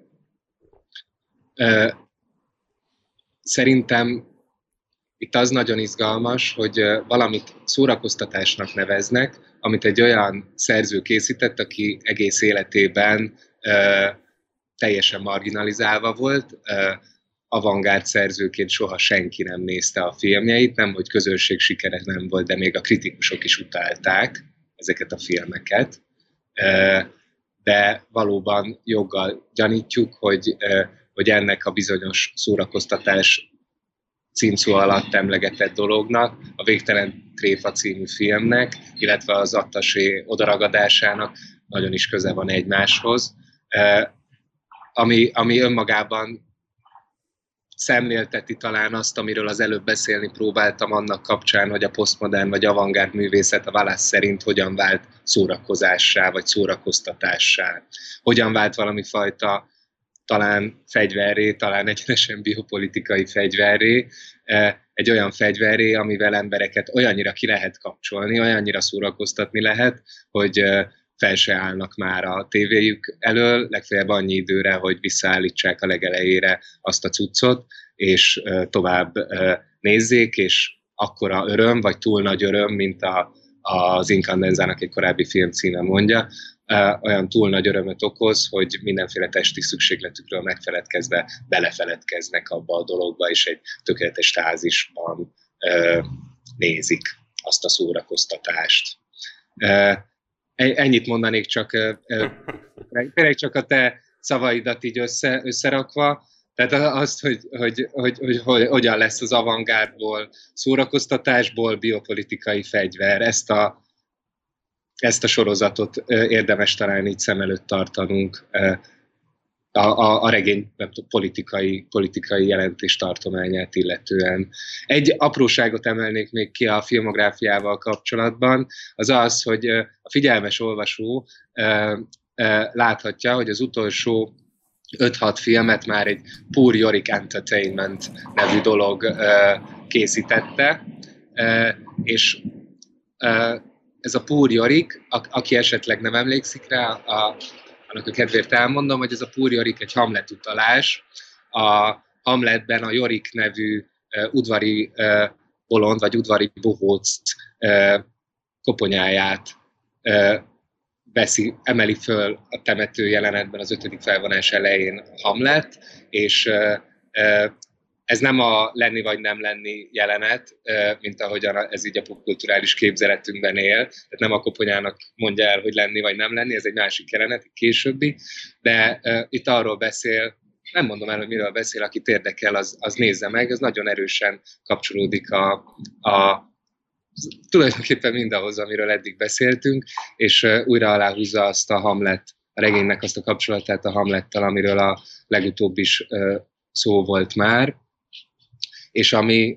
Speaker 2: Szerintem itt az nagyon izgalmas, hogy valamit szórakoztatásnak neveznek, amit egy olyan szerző készített, aki egész életében teljesen marginalizálva volt, avantgárd szerzőként soha senki nem nézte a filmjeit, nem hogy közönség sikere nem volt, de még a kritikusok is utálták ezeket a filmeket. De valóban joggal gyanítjuk, hogy ennek a bizonyos szórakoztatás címszó alatt emlegetett dolognak, a Végtelen tréfa című filmnek, illetve az attasé odaragadásának nagyon is köze van egymáshoz, ami önmagában szemlélteti talán azt, amiről az előbb beszélni próbáltam annak kapcsán, hogy a posztmodern vagy avantgárd művészet a Wallace szerint hogyan vált szórakozássá vagy szórakoztatássá. Hogyan vált valami fajta talán fegyverré, talán egyenesen biopolitikai fegyverré, egy olyan fegyverré, amivel embereket olyannyira ki lehet kapcsolni, olyannyira szórakoztatni lehet, hogy fel se állnak már a tévéjük elől, legfeljebb annyi időre, hogy visszaállítsák a legelejére azt a cuccot, és tovább nézzék, és akkora öröm, vagy túl nagy öröm, mint az Incandenzának egy korábbi filmcíme mondja, olyan túl nagy örömöt okoz, hogy mindenféle testi szükségletükről megfeledkezve belefeledkeznek abba a dologba, és egy tökéletes tázisban nézik azt a szórakoztatást. Ennyit mondanék csak, tényleg csak a te szavaidat így összerakva, tehát azt, hogy hogyan lesz az avantgárdból, szórakoztatásból biopolitikai fegyver, ezt a sorozatot érdemes talán így szem előtt tartanunk a regény politikai jelentéstartományát illetően. Egy apróságot emelnék még ki a filmográfiával kapcsolatban, az az, hogy a figyelmes olvasó láthatja, hogy az utolsó 5-6 filmet már egy Poor Yorick Entertainment nevű dolog készítette, és ez a Poor Yorick, aki esetleg nem emlékszik rá, annak a kedvéért elmondom, hogy ez a Poor Yorick egy Hamlet utalás. A Hamletben a Yorick nevű udvari bolond, vagy udvari bohóc koponyáját emeli föl a temető jelenetben az 5. felvonás elején Hamlet, és ez nem a lenni vagy nem lenni jelenet, mint ahogyan ez így a popkulturális képzeletünkben él. Tehát nem a koponyának mondja el, hogy lenni vagy nem lenni, ez egy másik jelenet, egy későbbi, de itt arról beszél, nem mondom el, hogy miről beszél, akit érdekel, az nézze meg, ez nagyon erősen kapcsolódik tulajdonképpen mindahhoz, amiről eddig beszéltünk, és újra aláhúzza azt a regénynek azt a kapcsolatát a Hamlettal, amiről a legutóbb is szó volt már, és ami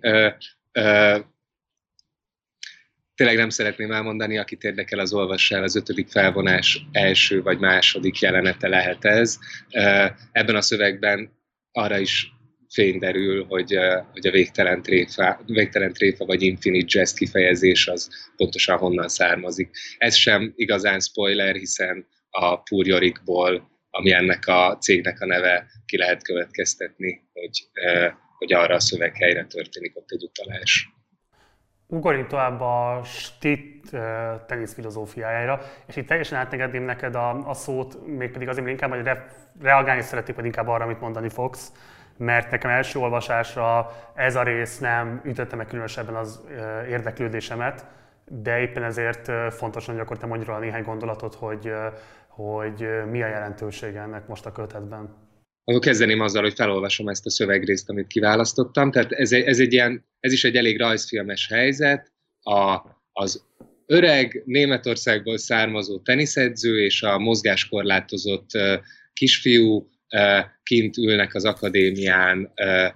Speaker 2: tényleg nem szeretném elmondani, akit érdekel, az olvassa el, az 5. felvonás első vagy második jelenete lehet ez. Ebben a szövegben arra is fény derül, hogy a végtelen tréfa vagy infinite jest kifejezés az pontosan honnan származik. Ez sem igazán spoiler, hiszen a Poor Yorickból, ami ennek a cégnek a neve, ki lehet következtetni, hogy arra a szöveghelyre történik ott egy utalás.
Speaker 1: Ugorjunk tovább a Stitt tenisz filozófiájára, és itt teljesen átengedném neked a szót, mégpedig azért inkább, hogy reagálni szeretnék, vagy inkább arra, amit mondani fogsz, mert nekem első olvasásra ez a rész nem ütötte meg különösebben az érdeklődésemet, de éppen ezért fontos, hogy akkor te mondj róla néhány gondolatot, hogy mi a jelentősége ennek most a kötetben.
Speaker 2: Akkor kezdeném azzal, hogy felolvasom ezt a szövegrészt, amit kiválasztottam. Tehát ez is egy elég rajzfilmes helyzet. Az öreg Németországból származó teniszedző és a mozgáskorlátozott kisfiú kint ülnek az akadémián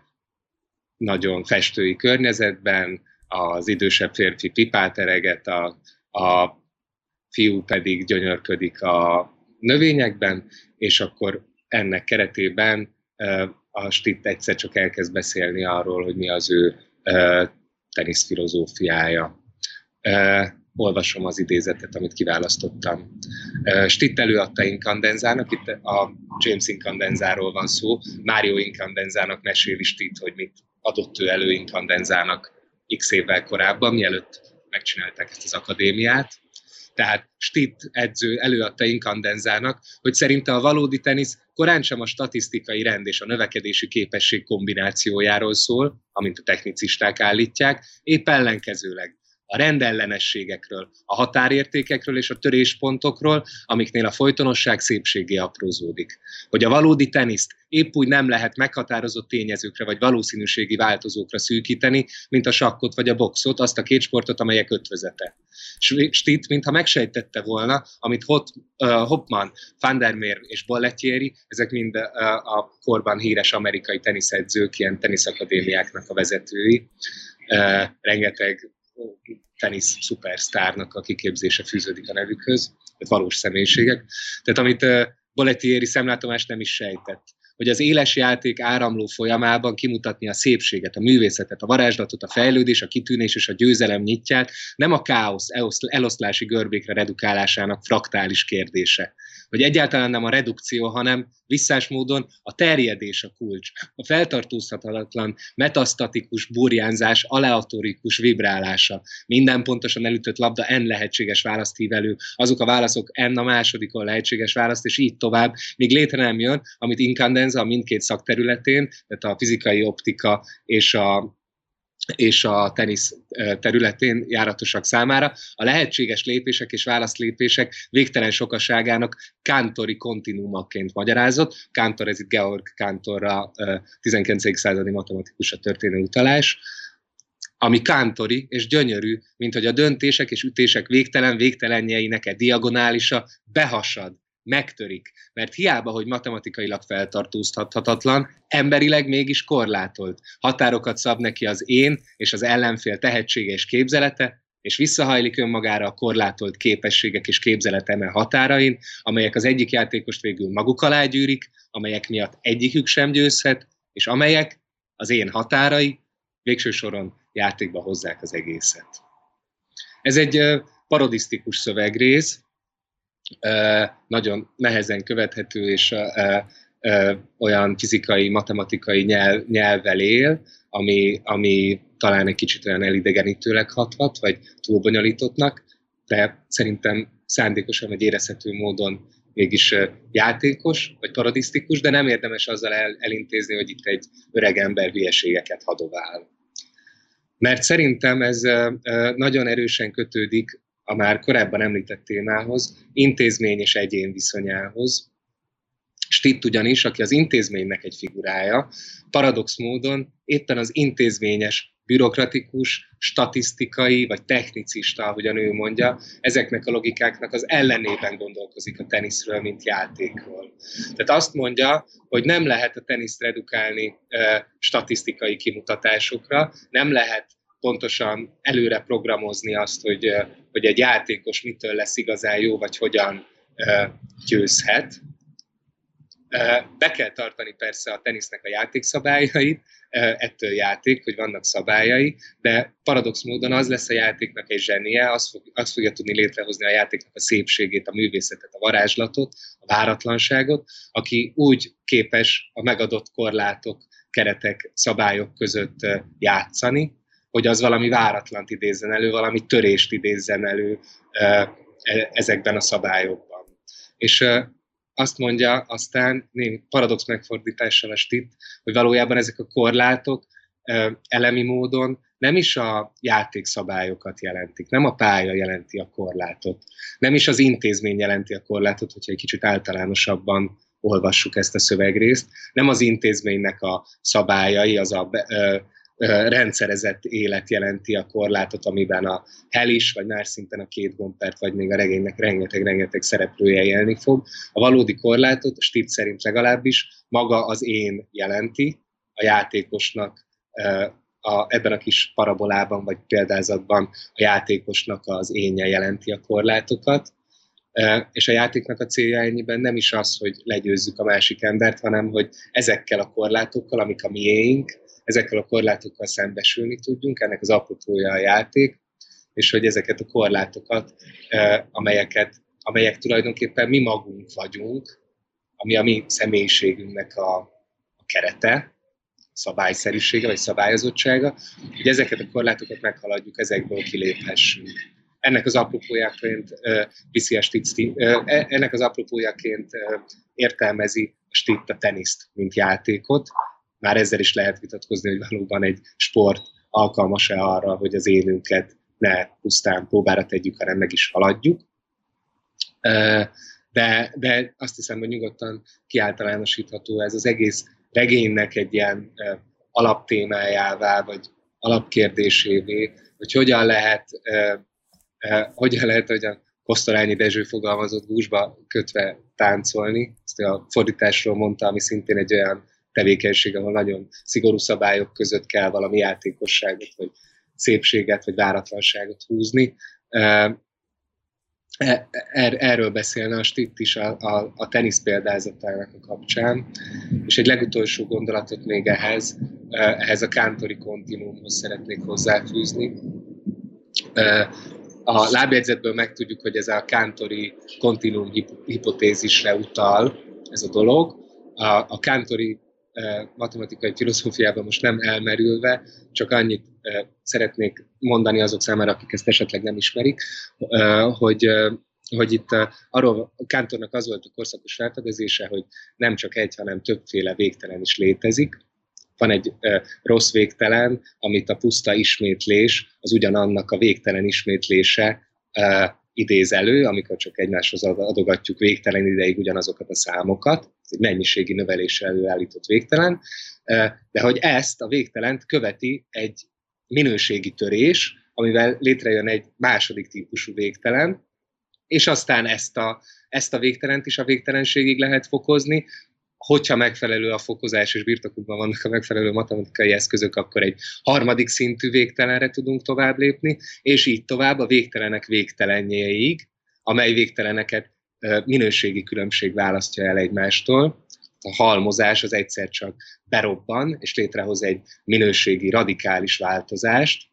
Speaker 2: nagyon festői környezetben, az idősebb férfi pipát ereget, a fiú pedig gyönyörködik a növényekben, és akkor ennek keretében a Stitt egyszer csak elkezd beszélni arról, hogy mi az ő teniszfilozófiája. Olvasom az idézetet, amit kiválasztottam. Stitt előadta Incandenzának, itt a James Incandenzáról van szó, Mario Incandenzának meséli Stitt, hogy mit adott ő elő Incandenzának x évvel korábban, mielőtt megcsinálták ezt az akadémiát. Tehát Stitt edző előadta Incandenzának, hogy szerinte a valódi tenisz korán sem a statisztikai rend és a növekedési képesség kombinációjáról szól, amint a technicisták állítják, épp ellenkezőleg a rendellenességekről, a határértékekről és a töréspontokról, amiknél a folytonosság szépségé aprózódik. Hogy a valódi teniszt épp úgy nem lehet meghatározott tényezőkre vagy valószínűségi változókra szűkíteni, mint a sakkot vagy a boxot, azt a két sportot, amelyek ötvözete. Stitt, mintha megsejtette volna, amit Hopman, Van der Meer és Bollettieri, ezek mind a korban híres amerikai teniszedzők, ilyen teniszakadémiáknak a vezetői, rengeteg tenisz szupersztárnak a kiképzése fűződik a nevükhöz, tehát valós személyiségek. Tehát amit Bollettieri szemlátomást nem is sejtett, hogy az éles játék áramló folyamában kimutatni a szépséget, a művészetet, a varázslatot, a fejlődés, a kitűnés és a győzelem nyitját nem a káosz eloszlási görbékre redukálásának fraktális kérdése, hogy egyáltalán nem a redukció, hanem visszás módon a terjedés a kulcs. A feltartózhatatlan metasztatikus burjánzás aleatorikus vibrálása. Minden pontosan elütött labda n lehetséges választ hív elő, azok a válaszok n a másodikon lehetséges választ, és így tovább, míg létre nem jön, amit inkandenza a mindkét szakterületén, tehát a fizikai optika és a tenisz területén járatosak számára a lehetséges lépések és válaszlépések végtelen sokaságának Cantori kontinuumaként magyarázott. Cantor, ez itt Georg Cantorra, 19. századi matematikusra történő utalás, ami cantori és gyönyörű, mint hogy a döntések és ütések végtelenjeinek egy diagonálisa behasad, megtörik, mert hiába, hogy matematikailag feltartóztathatatlan, emberileg mégis korlátolt. Határokat szab neki az én és az ellenfél tehetsége és képzelete, és visszahajlik önmagára a korlátolt képességek és képzeleteme határain, amelyek az egyik játékost végül maguk alá gyűrik, amelyek miatt egyikük sem győzhet, és amelyek, az én határai, végső soron játékba hozzák az egészet. Ez egy parodisztikus szövegrész, nagyon nehezen követhető, és olyan fizikai, matematikai nyelvvel él, ami talán egy kicsit olyan elidegenítőleg hathat, vagy túlbonyolítottnak, de szerintem szándékosan vagy érezhető módon mégis játékos, vagy parodisztikus, de nem érdemes azzal elintézni, hogy itt egy öreg ember hülyeségeket hadovál. Mert szerintem ez nagyon erősen kötődik a már korábban említett témához, intézmény és egyén viszonyához. Stitt ugyanis, aki az intézménynek egy figurája, paradox módon éppen az intézményes, bürokratikus, statisztikai vagy technicista, ahogyan ő mondja, ezeknek a logikáknak az ellenében gondolkozik a teniszről, mint játékról. Tehát azt mondja, hogy nem lehet a teniszt redukálni statisztikai kimutatásokra, nem lehet pontosan előre programozni azt, hogy egy játékos mitől lesz igazán jó, vagy hogyan győzhet. Be kell tartani persze a tenisznek a játékszabályait, ettől játék, hogy vannak szabályai, de paradox módon az lesz a játéknak egy zsenie, azt fogja tudni létrehozni a játéknak a szépségét, a művészetet, a varázslatot, a váratlanságot, aki úgy képes a megadott korlátok, keretek, szabályok között játszani, hogy az valami váratlant idézzen elő, valami törést idézzen elő ezekben a szabályokban. És azt mondja aztán némi paradox megfordítással a Stitt, hogy valójában ezek a korlátok elemi módon nem is a játékszabályokat jelentik, nem a pálya jelenti a korlátot, nem is az intézmény jelenti a korlátot, hogyha egy kicsit általánosabban olvassuk ezt a szövegrészt, nem az intézménynek a szabályai, az a rendszerezett élet jelenti a korlátot, amiben a Helis, vagy más szinten a két gombpert, vagy még a regénynek rengeteg szereplője élni fog. A valódi korlátot, Stitt szerint legalábbis, maga az én jelenti, a játékosnak ebben a kis parabolában, vagy példázatban a játékosnak az énje jelenti a korlátokat, és a játéknak a célja ennyiben nem is az, hogy legyőzzük a másik embert, hanem hogy ezekkel a korlátokkal, amik a miénk, ezekkel a korlátokkal szembesülni tudjunk, ennek az apropója a játék, és hogy ezeket a korlátokat, amelyek tulajdonképpen mi magunk vagyunk, ami a mi személyiségünknek a kerete, szabályszerűsége vagy szabályozottsága, hogy ezeket a korlátokat meghaladjuk, ezekből kiléphessünk. Ennek az apropójaként viszi a Stitt, ennek az apropójaként értelmezi a Stitt a teniszt, mint játékot. Már ezzel is lehet vitatkozni, hogy valóban egy sport alkalmas-e arra, hogy az énünket ne pusztán próbára tegyük, hanem meg is haladjuk. De azt hiszem, hogy nyugodtan kiáltalánosítható ez az egész regénynek egy ilyen alaptémájává, vagy alapkérdésévé, hogy hogyan lehet, hogy a Kosztolányi Dezső fogalmazott, gúzsba kötve táncolni. Ezt a fordításról mondta, ami szintén egy olyan tevékenység, ahol nagyon szigorú szabályok között kell valami játékosságot, vagy szépséget, vagy váratlanságot húzni. Erről beszélne a Stitt is a tenisz példázatának a kapcsán. És egy legutolsó gondolatot még ehhez a Cantori kontinuumhoz szeretnék hozzáfűzni. a lábjegyzetből megtudjuk, hogy ez a Cantori kontinuum hipotézisre utal ez a dolog. A Cantori matematikai filozófiában most nem elmerülve, csak annyit szeretnék mondani azok számára, akik ezt esetleg nem ismerik, hogy itt arról Cantornak az volt a korszakos felfedezése, hogy nem csak egy, hanem többféle végtelen is létezik. Van egy rossz végtelen, amit a puszta ismétlés, az ugyanannak a végtelen ismétlése idéz elő, amikor csak egymáshoz adogatjuk végtelen ideig ugyanazokat a számokat. Ez egy mennyiségi növeléssel előállított végtelen, de hogy ezt a végtelent követi egy minőségi törés, amivel létrejön egy második típusú végtelen, és aztán ezt a végtelent is a végtelenségig lehet fokozni. Hogyha megfelelő a fokozás és birtokunkban vannak a megfelelő matematikai eszközök, akkor egy harmadik szintű végtelenre tudunk tovább lépni, és így tovább a végtelenek végtelenjéig, amely végteleneket minőségi különbség választja el egymástól. A halmozás az egyszer csak berobban, és létrehoz egy minőségi radikális változást.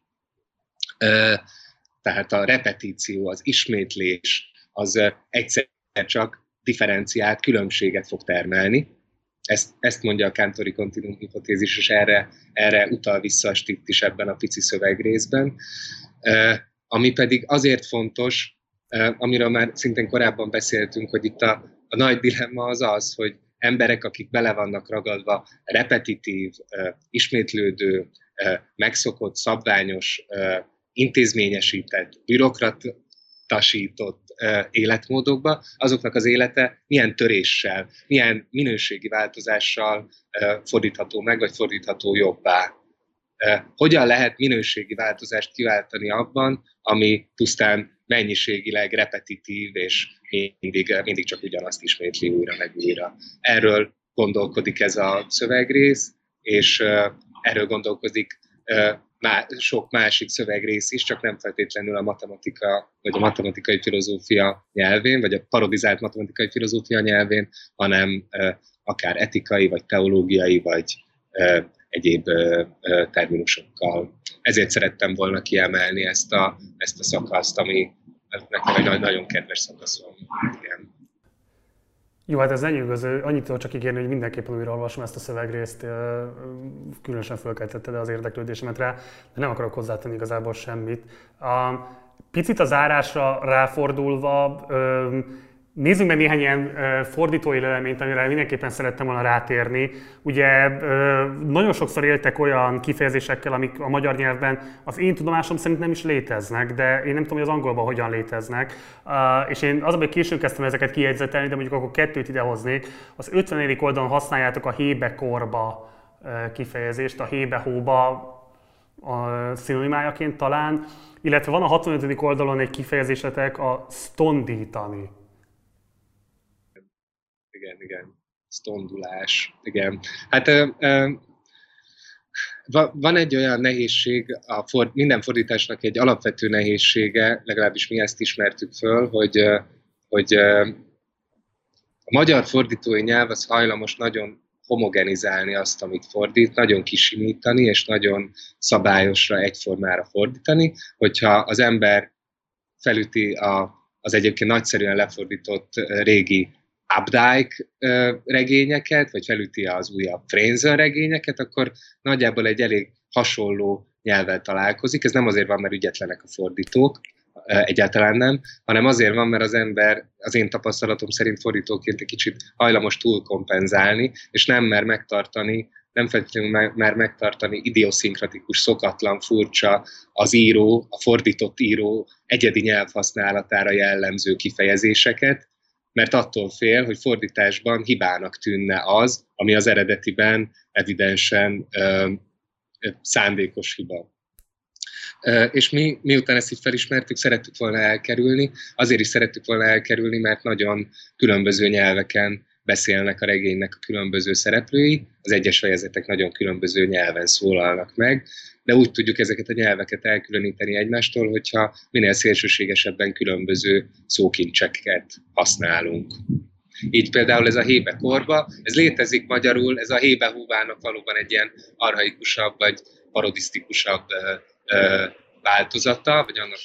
Speaker 2: Tehát a repetíció, az ismétlés, az egyszer csak differenciált különbséget fog termelni. Ezt mondja a Cantori kontinuum hipotézis, és erre utal vissza a Stitt is ebben a pici szövegrészben. Ami pedig azért fontos, amiről már szintén korábban beszéltünk, hogy itt a nagy dilemma az, hogy emberek, akik bele vannak ragadva repetitív, ismétlődő, megszokott, szabványos, intézményesített, bürokratasított életmódokba, azoknak az élete milyen töréssel, milyen minőségi változással fordítható meg, vagy fordítható jobbá. Hogyan lehet minőségi változást kiváltani abban, ami pusztán mennyiségileg repetitív, és mindig csak ugyanazt ismétli újra meg újra. Erről gondolkodik ez a szövegrész, és erről gondolkodik sok másik szövegrész is, csak nem feltétlenül a matematika, vagy a matematikai filozófia nyelvén, vagy a parodizált matematikai filozófia nyelvén, hanem akár etikai, vagy teológiai, vagy egyéb terminusokkal. Ezért szerettem volna kiemelni ezt a szakaszt, ami nekem egy nagyon kedves szakaszom. Igen.
Speaker 1: Jó, hát ez lenyűgöző. Annyit tudok csak ígérni, hogy mindenképpen újra olvasom ezt a szövegrészt, különösen fölkeltetted az érdeklődésemet rá, de nem akarok hozzátenni igazából semmit. Picit a zárásra ráfordulva, nézzünk meg néhány ilyen fordítói leleményt, amire mindenképpen szerettem volna rátérni. Ugye nagyon sokszor éltek olyan kifejezésekkel, amik a magyar nyelvben az én tudomásom szerint nem is léteznek, de én nem tudom, hogy az angolban hogyan léteznek. És én azonban későn kezdtem ezeket kijegyzetelni, de mondjuk akkor kettőt idehoznék. Az 50. oldalon használjátok a hébe-korba kifejezést, a hébe-hóba a szinonimájaként talán, illetve van a 65. oldalon egy kifejezésetek, a stondítani.
Speaker 2: Igen. Stondulás. Igen. Hát van egy olyan nehézség, minden fordításnak egy alapvető nehézsége, legalábbis mi ezt ismertük föl, hogy a magyar fordítói nyelv az hajlamos nagyon homogenizálni azt, amit fordít, nagyon kisimítani, és nagyon szabályosra, egyformára fordítani. Hogyha az ember felüti az egyébként nagyszerűen lefordított régi Updike regényeket, vagy felüti az újabb Frenzen regényeket, akkor nagyjából egy elég hasonló nyelvvel találkozik. Ez nem azért van, mert ügyetlenek a fordítók, egyáltalán nem, hanem azért van, mert az ember, az én tapasztalatom szerint fordítóként egy kicsit hajlamos túlkompenzálni, és nem feltétlenül mer megtartani idioszinkratikus, szokatlan, furcsa, a fordított író egyedi nyelvhasználatára jellemző kifejezéseket, mert attól fél, hogy fordításban hibának tűnne az, ami az eredetiben evidensen szándékos hiba. És miután ezt így felismertük, szerettük volna elkerülni. Azért is szerettük volna elkerülni, mert nagyon különböző nyelveken beszélnek a regénynek a különböző szereplői, az egyes fejezetek nagyon különböző nyelven szólalnak meg, de úgy tudjuk ezeket a nyelveket elkülöníteni egymástól, hogyha minél szélsőségesebben különböző szókincseket használunk. Így például ez a hébe-korba, ez létezik magyarul, ez a hébe-hóvának valóban egy ilyen archaikusabb vagy parodisztikusabb változata, vagy annak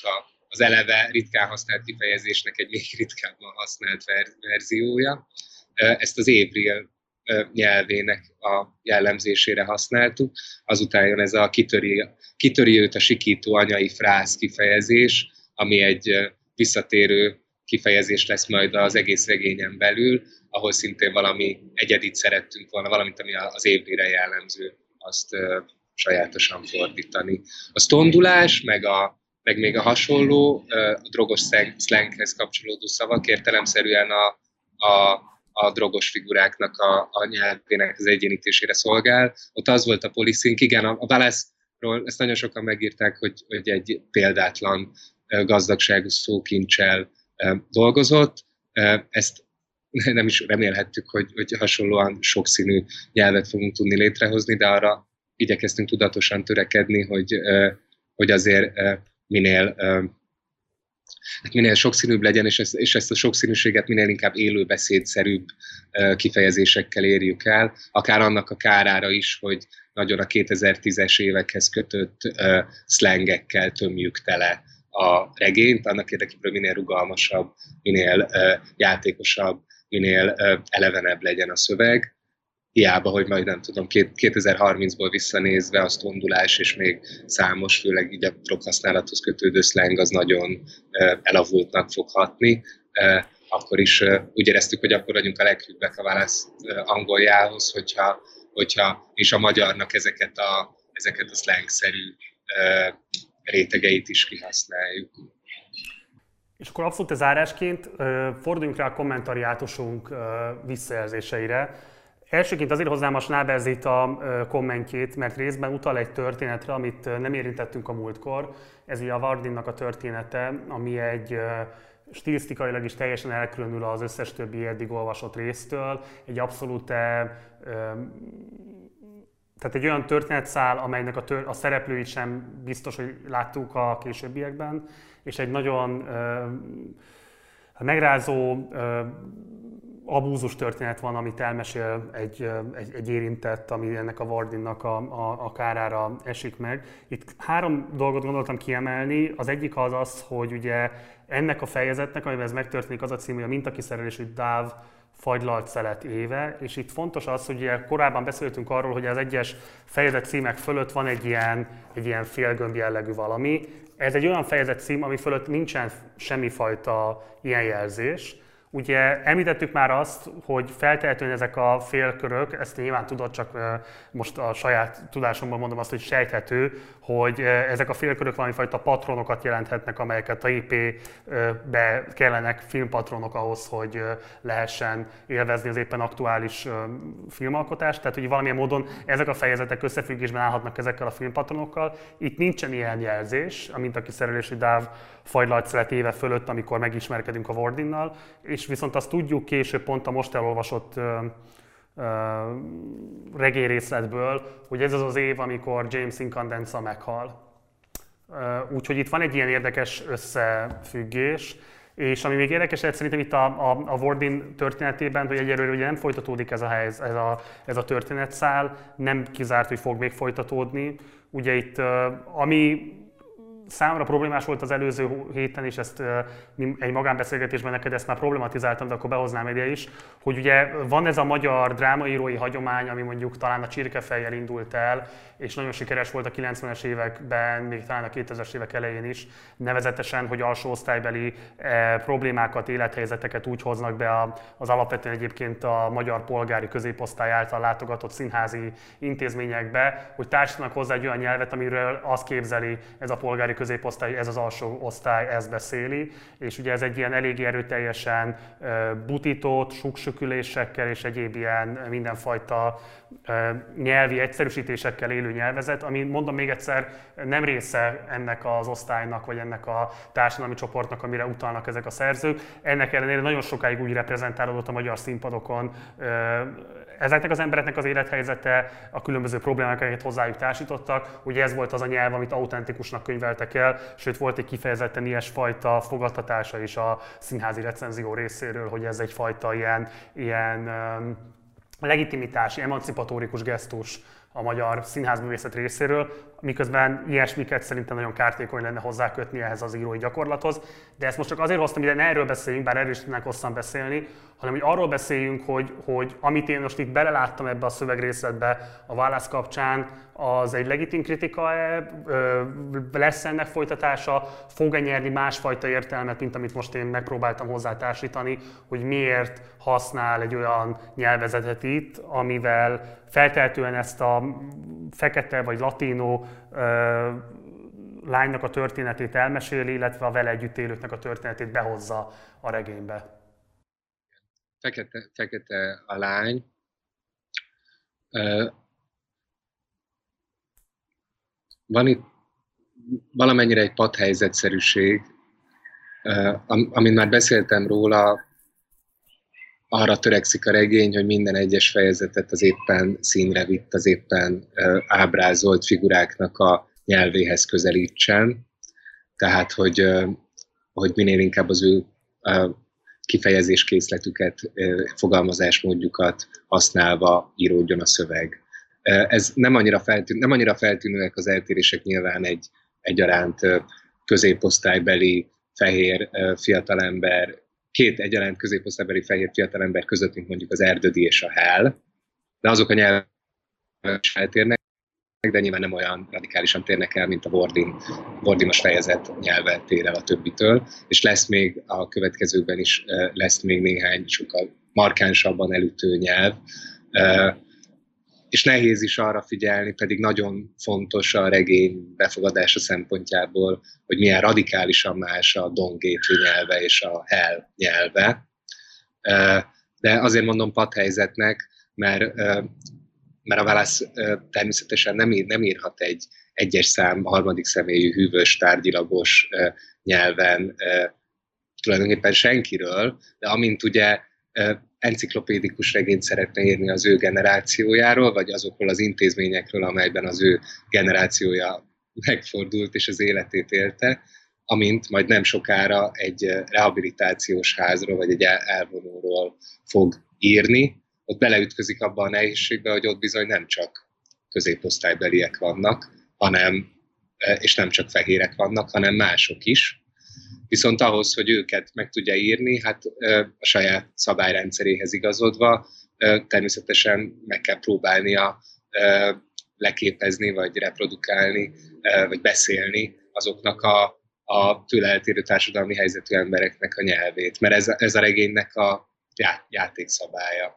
Speaker 2: az eleve ritkán használt kifejezésnek egy még ritkábban használt verziója. Ezt az April nyelvének a jellemzésére használtuk. Azután jön ez a kitöri őt a sikító anyai frász kifejezés, ami egy visszatérő kifejezés lesz majd az egész regényen belül, ahol szintén valami egyedit szerettünk volna, valamint ami az Aprilre jellemző, azt sajátosan fordítani. A sztondulás, meg még a hasonló, a drogos szlenghez kapcsolódó szavak értelemszerűen a drogos figuráknak a nyelvének az egyénítésére szolgál. Ott az volt a poliszink, igen, a Wallace-ról ezt nagyon sokan megírták, hogy egy példátlan gazdagságú szókincsel dolgozott. Ezt nem is remélhettük, hogy hasonlóan sokszínű nyelvet fogunk tudni létrehozni, de arra igyekeztünk tudatosan törekedni, hogy azért minél sokszínűbb legyen, és ezt a sokszínűséget minél inkább élőbeszédszerűbb kifejezésekkel érjük el, akár annak a kárára is, hogy nagyon a 2010-es évekhez kötött szlengekkel tömjük tele a regényt, annak érdekében minél rugalmasabb, minél játékosabb, minél elevenebb legyen a szöveg. Hiába, hogy majd nem tudom, 2030-ból visszanézve a sztondulás és még számos, főleg így a droghasználathoz kötődő szleng az nagyon elavultnak fog hatni. Akkor is úgy éreztük, hogy akkor vagyunk a leghűbbek a válasz angoljához, hogyha és a magyarnak ezeket a szlengszerű rétegeit is kihasználjuk.
Speaker 1: És akkor abszolút zárásként forduljunk rá a kommentariátusunk visszajelzéseire. Elsőként azért hoznám a Schnabel-Zita kommentjét, mert részben utal egy történetre, amit nem érintettünk a múltkor. Ez a Vardinnak a története, ami egy stilisztikailag is teljesen elkülönül az összes többi eddig olvasott résztől. Egy abszolút, tehát egy olyan történetszál, amelynek a szereplőit sem biztos, hogy láttuk a későbbiekben, és egy nagyon megrázó abúzus történet van, amit elmesél egy érintett, ami ennek a Vardinnak a kárára esik meg. Itt 3 dolgot gondoltam kiemelni. Az egyik az, hogy ugye ennek a fejezetnek, amiben ez megtörténik, az a cím, hogy a mintakiszerelésű Dáv fagylalt szelet éve, és itt fontos az, hogy ugye korábban beszéltünk arról, hogy az egyes fejezet címek fölött van egy ilyen félgömb jellegű valami. Ez egy olyan fejezet cím, ami fölött nincsen semmifajta ilyen jelzés. Ugye említettük már azt, hogy feltehetően ezek a félkörök, ezt nyilván tudod, csak most a saját tudásomban mondom azt, hogy sejthető, hogy ezek a félkörök valamifajta patronokat jelenthetnek, amelyeket a IP-be kellenek filmpatronok ahhoz, hogy lehessen élvezni az éppen aktuális filmalkotást. Tehát, hogy valamilyen módon ezek a fejezetek összefüggésben állhatnak ezekkel a filmpatronokkal. Itt nincsen ilyen jelzés, mint a kiszerelésű Dáv fagylalt szelet éve fölött, amikor megismerkedünk a Vardinnal, és viszont azt tudjuk később pont a most elolvasott regényrészletből, hogy ez az az év, amikor James Incandenza meghal. Úgyhogy itt van egy ilyen érdekes összefüggés, és ami még érdekes, szerintem itt a Vardin történetében, hogy egyelőre ugye nem folytatódik ez a történetszál, nem kizárt, hogy fog még folytatódni. Ugye itt, ami számomra problémás volt az előző héten, és ezt egy magánbeszélgetésben neked ezt már problematizáltam, de akkor behoznám ide is, hogy ugye van ez a magyar drámaírói hagyomány, ami mondjuk talán a Csirkefejjel indult el, és nagyon sikeres volt a 90-es években, még talán a 2000-es évek elején is, nevezetesen, hogy alsó osztálybeli problémákat, élethelyzeteket úgy hoznak be az alapvetően egyébként a magyar polgári középosztály által látogatott színházi intézményekbe, hogy társítanak hozzá egy olyan nyelvet, amiről azt képzeli ez a polgári középosztály, ez az alsó osztály, ezt beszéli, és ugye ez egy ilyen eléggé erőteljesen butított, suksökülésekkel és egyéb ilyen mindenfajta nyelvi egyszerűsítésekkel élő nyelvezet, ami mondom még egyszer nem része ennek az osztálynak, vagy ennek a társadalmi csoportnak, amire utalnak ezek a szerzők. Ennek ellenére nagyon sokáig úgy reprezentálódott a magyar színpadokon ezeknek az embereknek az élethelyzete, a különböző problémák, amiket hozzájuk társítottak. Ugye ez volt az a nyelv, amit autentikusnak könyveltek el, sőt volt egy kifejezetten ilyesfajta fogadtatása is a színházi recenzió részéről, hogy ez egyfajta ilyen legitimitási, emancipatórikus gesztus a magyar színházművészet részéről, miközben ilyesmiket szerintem nagyon kártékony lenne hozzákötni ehhez az írói gyakorlathoz. De ezt most csak azért hoztam ide, ne erről beszéljünk, bár erről is tudnánk hosszan beszélni, hanem hogy arról beszéljünk, hogy amit én most itt beleláttam ebbe a szövegrészletbe a válasz kapcsán, az egy legitim kritika-e, lesz ennek folytatása, fog-e nyerni másfajta értelmet, mint amit most én megpróbáltam hozzátársítani, hogy miért használ egy olyan nyelvezetet itt, amivel feltehetően ezt a fekete vagy latinó lánynak a történetét elmeséli, illetve a vele együtt élőknek a történetét behozza a regénybe.
Speaker 2: Fekete a lány. Van itt valamennyire egy padhelyzetszerűség, amin már beszéltem róla, arra törekszik a regény, hogy minden egyes fejezetet az éppen színre vitt, az éppen ábrázolt figuráknak a nyelvéhez közelítsen. Tehát, hogy minél inkább az ő kifejezéskészletüket, fogalmazásmódjukat használva íródjon a szöveg. Ez nem annyira feltűnőek az eltérések nyilván egyaránt középosztálybeli fehér fiatalember, két egyaránt középosztálybeli fehér fiatalember között, mint mondjuk az Erdődy és a Hell, de azok a nyelvek is eltérnek, de nyilván nem olyan radikálisan térnek el, mint a Bordinos fejezet nyelve tér el a többitől, és lesz még a következőkben is lesz még néhány sokkal markánsabban elütő nyelv, és nehéz is arra figyelni, pedig nagyon fontos a regény befogadása szempontjából, hogy milyen radikálisan más a Don Gately nyelve és a Hell nyelve. De azért mondom padhelyzetnek, mert a válasz természetesen nem írhat egy egyes szám, harmadik személyű, hűvös, tárgyilagos nyelven tulajdonképpen senkiről, de amint ugye enciklopédikus regényt szeretne írni az ő generációjáról, vagy azokról az intézményekről, amelyben az ő generációja megfordult és az életét élte, amint majd nem sokára egy rehabilitációs házról, vagy egy elvonóról fog írni, ott beleütközik abba a nehézségbe, hogy ott bizony nem csak középosztálybeliek vannak, és nem csak fehérek vannak, hanem mások is. Viszont ahhoz, hogy őket meg tudja írni, hát a saját szabályrendszeréhez igazodva természetesen meg kell próbálnia leképezni, vagy reprodukálni, vagy beszélni azoknak a tőle eltérő társadalmi helyzetű embereknek a nyelvét. Mert ez a regénynek a játékszabálya.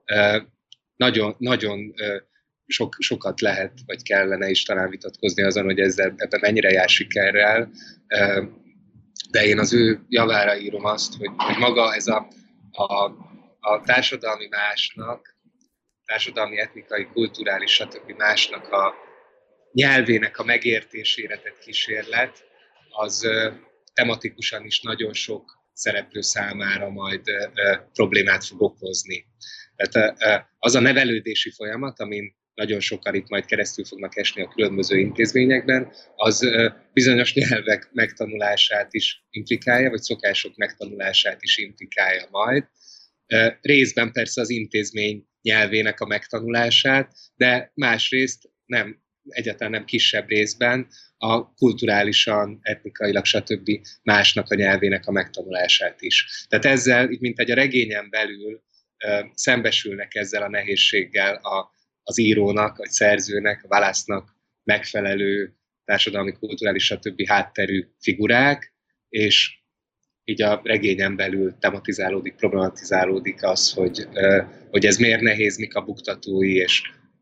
Speaker 2: Nagyon sokat lehet, vagy kellene is talán vitatkozni azon, hogy ebben mennyire jár sikerrel, de én az ő javára írom azt, hogy maga ez a társadalmi másnak, társadalmi, etnikai, kulturális, stb. Másnak a nyelvének a megértésére tett kísérlet, az tematikusan is nagyon sok szereplő számára majd problémát fog okozni. Tehát az a nevelődési folyamat, amin nagyon sokan itt majd keresztül fognak esni a különböző intézményekben, az bizonyos nyelvek megtanulását is implikálja, vagy szokások megtanulását is implikálja majd. Részben persze az intézmény nyelvének a megtanulását, de másrészt egyáltalán nem kisebb részben a kulturálisan, etnikailag, stb. Másnak a nyelvének a megtanulását is. Tehát ezzel, mint egy a regényen belül szembesülnek ezzel a nehézséggel az írónak, a szerzőnek, a Wallace-nak megfelelő társadalmi, kulturális, stb. Hátterű figurák, és így a regényen belül tematizálódik, problematizálódik az, hogy ez miért nehéz, mik a buktatói, és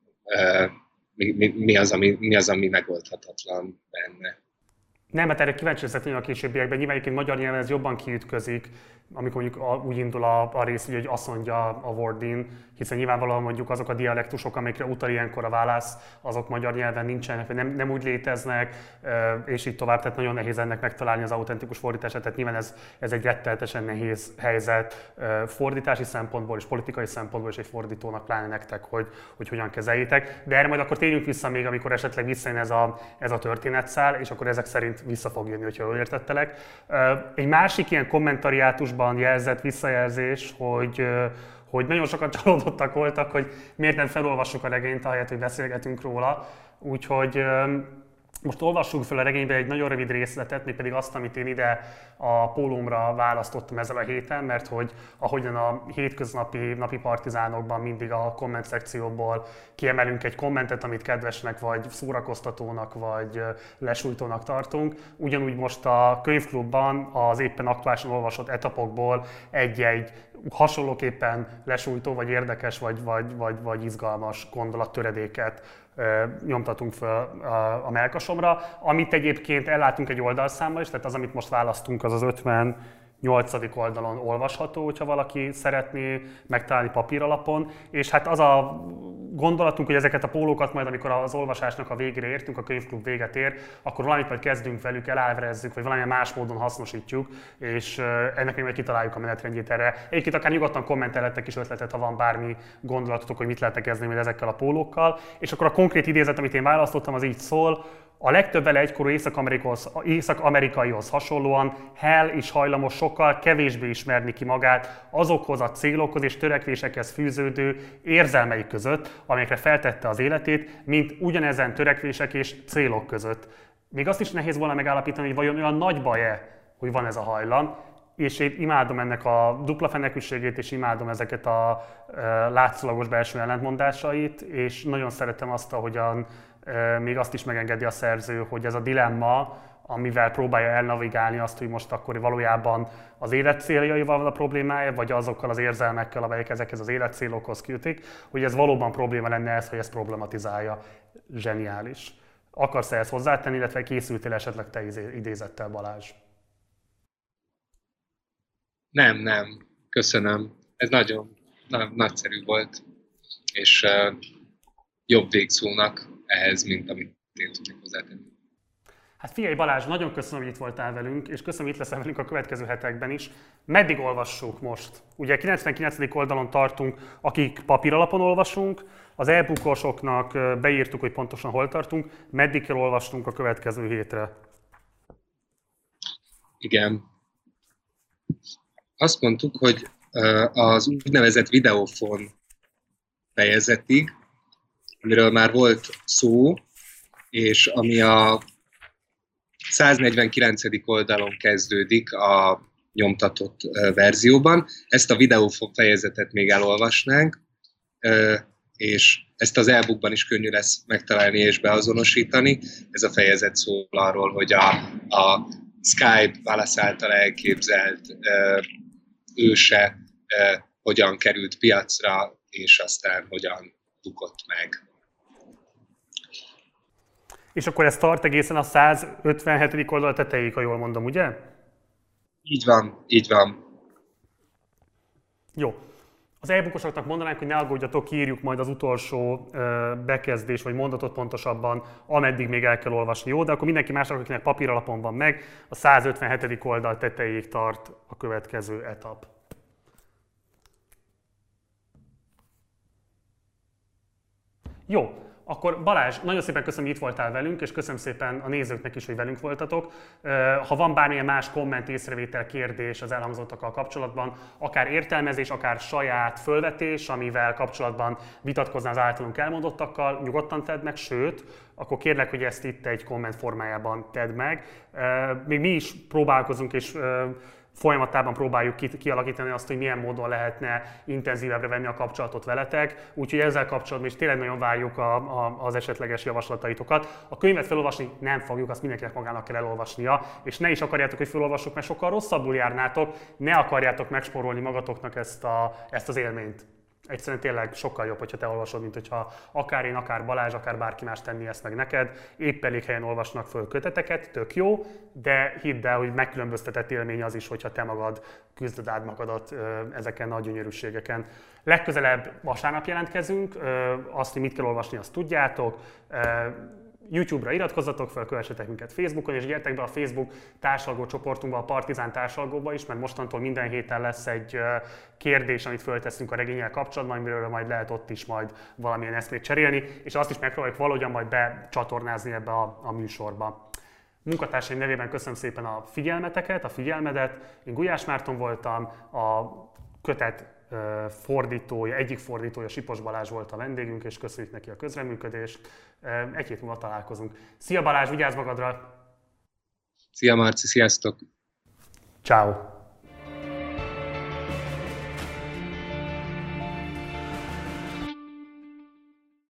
Speaker 2: mi az, ami megoldhatatlan benne.
Speaker 1: Nem, mert erre kíváncsi leszek a későbbiekben. Nyilván egyébként magyar nyelven ez jobban kiütközik, amikor mondjuk úgy indul a rész, hogy azt mondja a Wardin, hiszen nyilvánvalóan mondjuk azok a dialektusok, amikre utal ilyenkor a válasz, azok magyar nyelven nincsenek, vagy nem úgy léteznek, és így tovább, tehát nagyon nehéz ennek megtalálni az autentikus fordítását, tehát nyilván ez egy rettenetesen nehéz helyzet fordítási szempontból és politikai szempontból, és egy fordítónak pláne nektek, hogy hogyan kezeljétek. De erre majd akkor térjünk vissza még, amikor esetleg visszajön ez a történetszál, és akkor ezek szerint vissza fog jönni, hogyha jól értettelek. Egy másik ilyen kommentariátusban jelzett visszajelzés, hogy nagyon sokan csalódottak voltak, hogy miért nem felolvassuk a regényt, ahelyett, hogy beszélgetünk róla. Úgyhogy most olvassuk fel a regénybe egy nagyon rövid részletet, mégpedig azt, amit én ide a pólómra választottam ezzel a héten, mert hogy ahogyan a hétköznapi napi partizánokban mindig a komment szekcióból kiemelünk egy kommentet, amit kedvesnek, vagy szórakoztatónak, vagy lesújtónak tartunk, ugyanúgy most a könyvklubban az éppen aktuálisan olvasott etapokból egy-egy hasonlóképpen lesújtó, vagy érdekes, vagy izgalmas gondolattöredéket nyomtatunk fel a mellkasomra, amit egyébként ellátunk egy oldalszámmal is, tehát az, amit most választunk, az 58. oldalon olvasható, hogyha valaki szeretné megtalálni papíralapon, és hát az a gondolatunk, hogy ezeket a pólókat majd, amikor az olvasásnak a végére értünk, a könyvklub véget ér, akkor valamit majd kezdünk velük, elálverezzük, vagy valamilyen más módon hasznosítjuk, és ennek még majd kitaláljuk a menetrendjét erre. Egyébként akár nyugodtan kommentelhettek is ötletet, ha van bármi gondolatotok, hogy mit lehetne kezdeni majd ezekkel a pólókkal. És akkor a konkrét idézet, amit én választottam, az így szól: a legtöbb vele egykorú észak-amerikaihoz hasonlóan Hal is hajlamos sokkal kevésbé ismerni ki magát azokhoz a célokhoz és törekvésekhez fűződő érzelmei között, amelyekre feltette az életét, mint ugyanezen törekvések és célok között. Még azt is nehéz volna megállapítani, hogy vajon olyan nagy baj-e, hogy van ez a hajlam, és én imádom ennek a dupla fenekűségét, és imádom ezeket a látszólagos belső ellentmondásait, és nagyon szeretem azt, ahogyan még azt is megengedi a szerző, hogy ez a dilemma, amivel próbálja elnavigálni azt, hogy most akkor valójában az életcéljaival van a problémája, vagy azokkal az érzelmekkel, amelyek ezekhez az életcélokhoz kötik, hogy ez valóban probléma lenne ez, hogy ezt problematizálja. Zseniális. Akarsz ehhez hozzátenni, illetve készültél esetleg te idézettel, Balázs?
Speaker 2: Nem. Köszönöm. Ez nagyon nagyszerű volt, és jobb végszónak ehhez, mint amit én tudnék hozzátenni.
Speaker 1: Hát figyelj Balázs, nagyon köszönöm, hogy itt voltál velünk, és köszönöm, hogy itt leszel velünk a következő hetekben is. Meddig olvassuk most? Ugye 99. oldalon tartunk, akik papíralapon olvasunk, az e-bookosoknak beírtuk, hogy pontosan hol tartunk. Meddig kell olvasnunk a következő hétre?
Speaker 2: Igen. Azt mondtuk, hogy az úgynevezett videófon fejezetig, amiről már volt szó, és ami a 149. oldalon kezdődik a nyomtatott verzióban. Ezt a videófon fejezetet még elolvasnánk, és ezt az e-bookban is könnyű lesz megtalálni és beazonosítani. Ez a fejezet szól arról, hogy a Skype Wallace által elképzelt őse hogyan került piacra, és aztán hogyan bukott meg.
Speaker 1: És akkor ez tart egészen a 157. oldal tetejéig, ha jól mondom, ugye?
Speaker 2: Így van.
Speaker 1: Jó. Az e-bookosoknak mondanánk, hogy ne aggódjatok, írjuk majd az utolsó bekezdés, vagy mondatot pontosabban, ameddig még el kell olvasni. Jó, de akkor mindenki másnak, akinek papíralapon van meg, a 157. oldal tetejéig tart a következő etap. Jó. Akkor Balázs, nagyon szépen köszönöm, hogy itt voltál velünk, és köszönöm szépen a nézőknek is, hogy velünk voltatok. Ha van bármilyen más komment, észrevétel, kérdés az elhangzottakkal kapcsolatban, akár értelmezés, akár saját fölvetés, amivel kapcsolatban vitatkoznál az általunk elmondottakkal, nyugodtan tedd meg, sőt, akkor kérlek, hogy ezt itt egy komment formájában tedd meg. Még mi is próbálkozunk, és folyamatában próbáljuk kialakítani azt, hogy milyen módon lehetne intenzívebbre venni a kapcsolatot veletek, úgyhogy ezzel kapcsolatban is tényleg nagyon várjuk az esetleges javaslataitokat. A könyvet felolvasni nem fogjuk, azt mindenkinek magának kell elolvasnia, és ne is akarjátok, hogy felolvassuk, mert sokkal rosszabbul járnátok, ne akarjátok megspórolni magatoknak ezt az élményt. Egyszerűen tényleg sokkal jobb, hogyha te olvasod, mint hogyha akár én, akár Balázs, akár bárki más tenni ezt meg neked. Épp elég helyen olvasnak föl köteteket, tök jó, de hidd el, hogy megkülönböztetett élmény az is, hogyha te magad küzdöd át magadat ezeken nagy gyönyörűségeken. Legközelebb vasárnap jelentkezünk, azt, hogy mit kell olvasni, azt tudjátok. YouTube-ra iratkozzatok fel, kövessetek minket Facebookon, és gyertek be a Facebook társalgó csoportunkba, a Partizán társalgóba is, mert mostantól minden héten lesz egy kérdés, amit fölteszünk a regénnyel kapcsolatban, amiről majd lehet ott is majd valamilyen eszmét cserélni, és azt is megpróbáljuk valahogyan majd becsatornázni ebbe a műsorba. Munkatársaim nevében köszönöm szépen a figyelmeteket, a figyelmedet. Én Gulyás Márton voltam, a kötet fordítója, egyik fordítója, Sipos Balázs volt a vendégünk, és köszönjük neki a közreműködést. Egy hét múlva találkozunk. Szia Balázs, vigyázz magadra!
Speaker 2: Szia Marci, sziasztok!
Speaker 1: Ciao.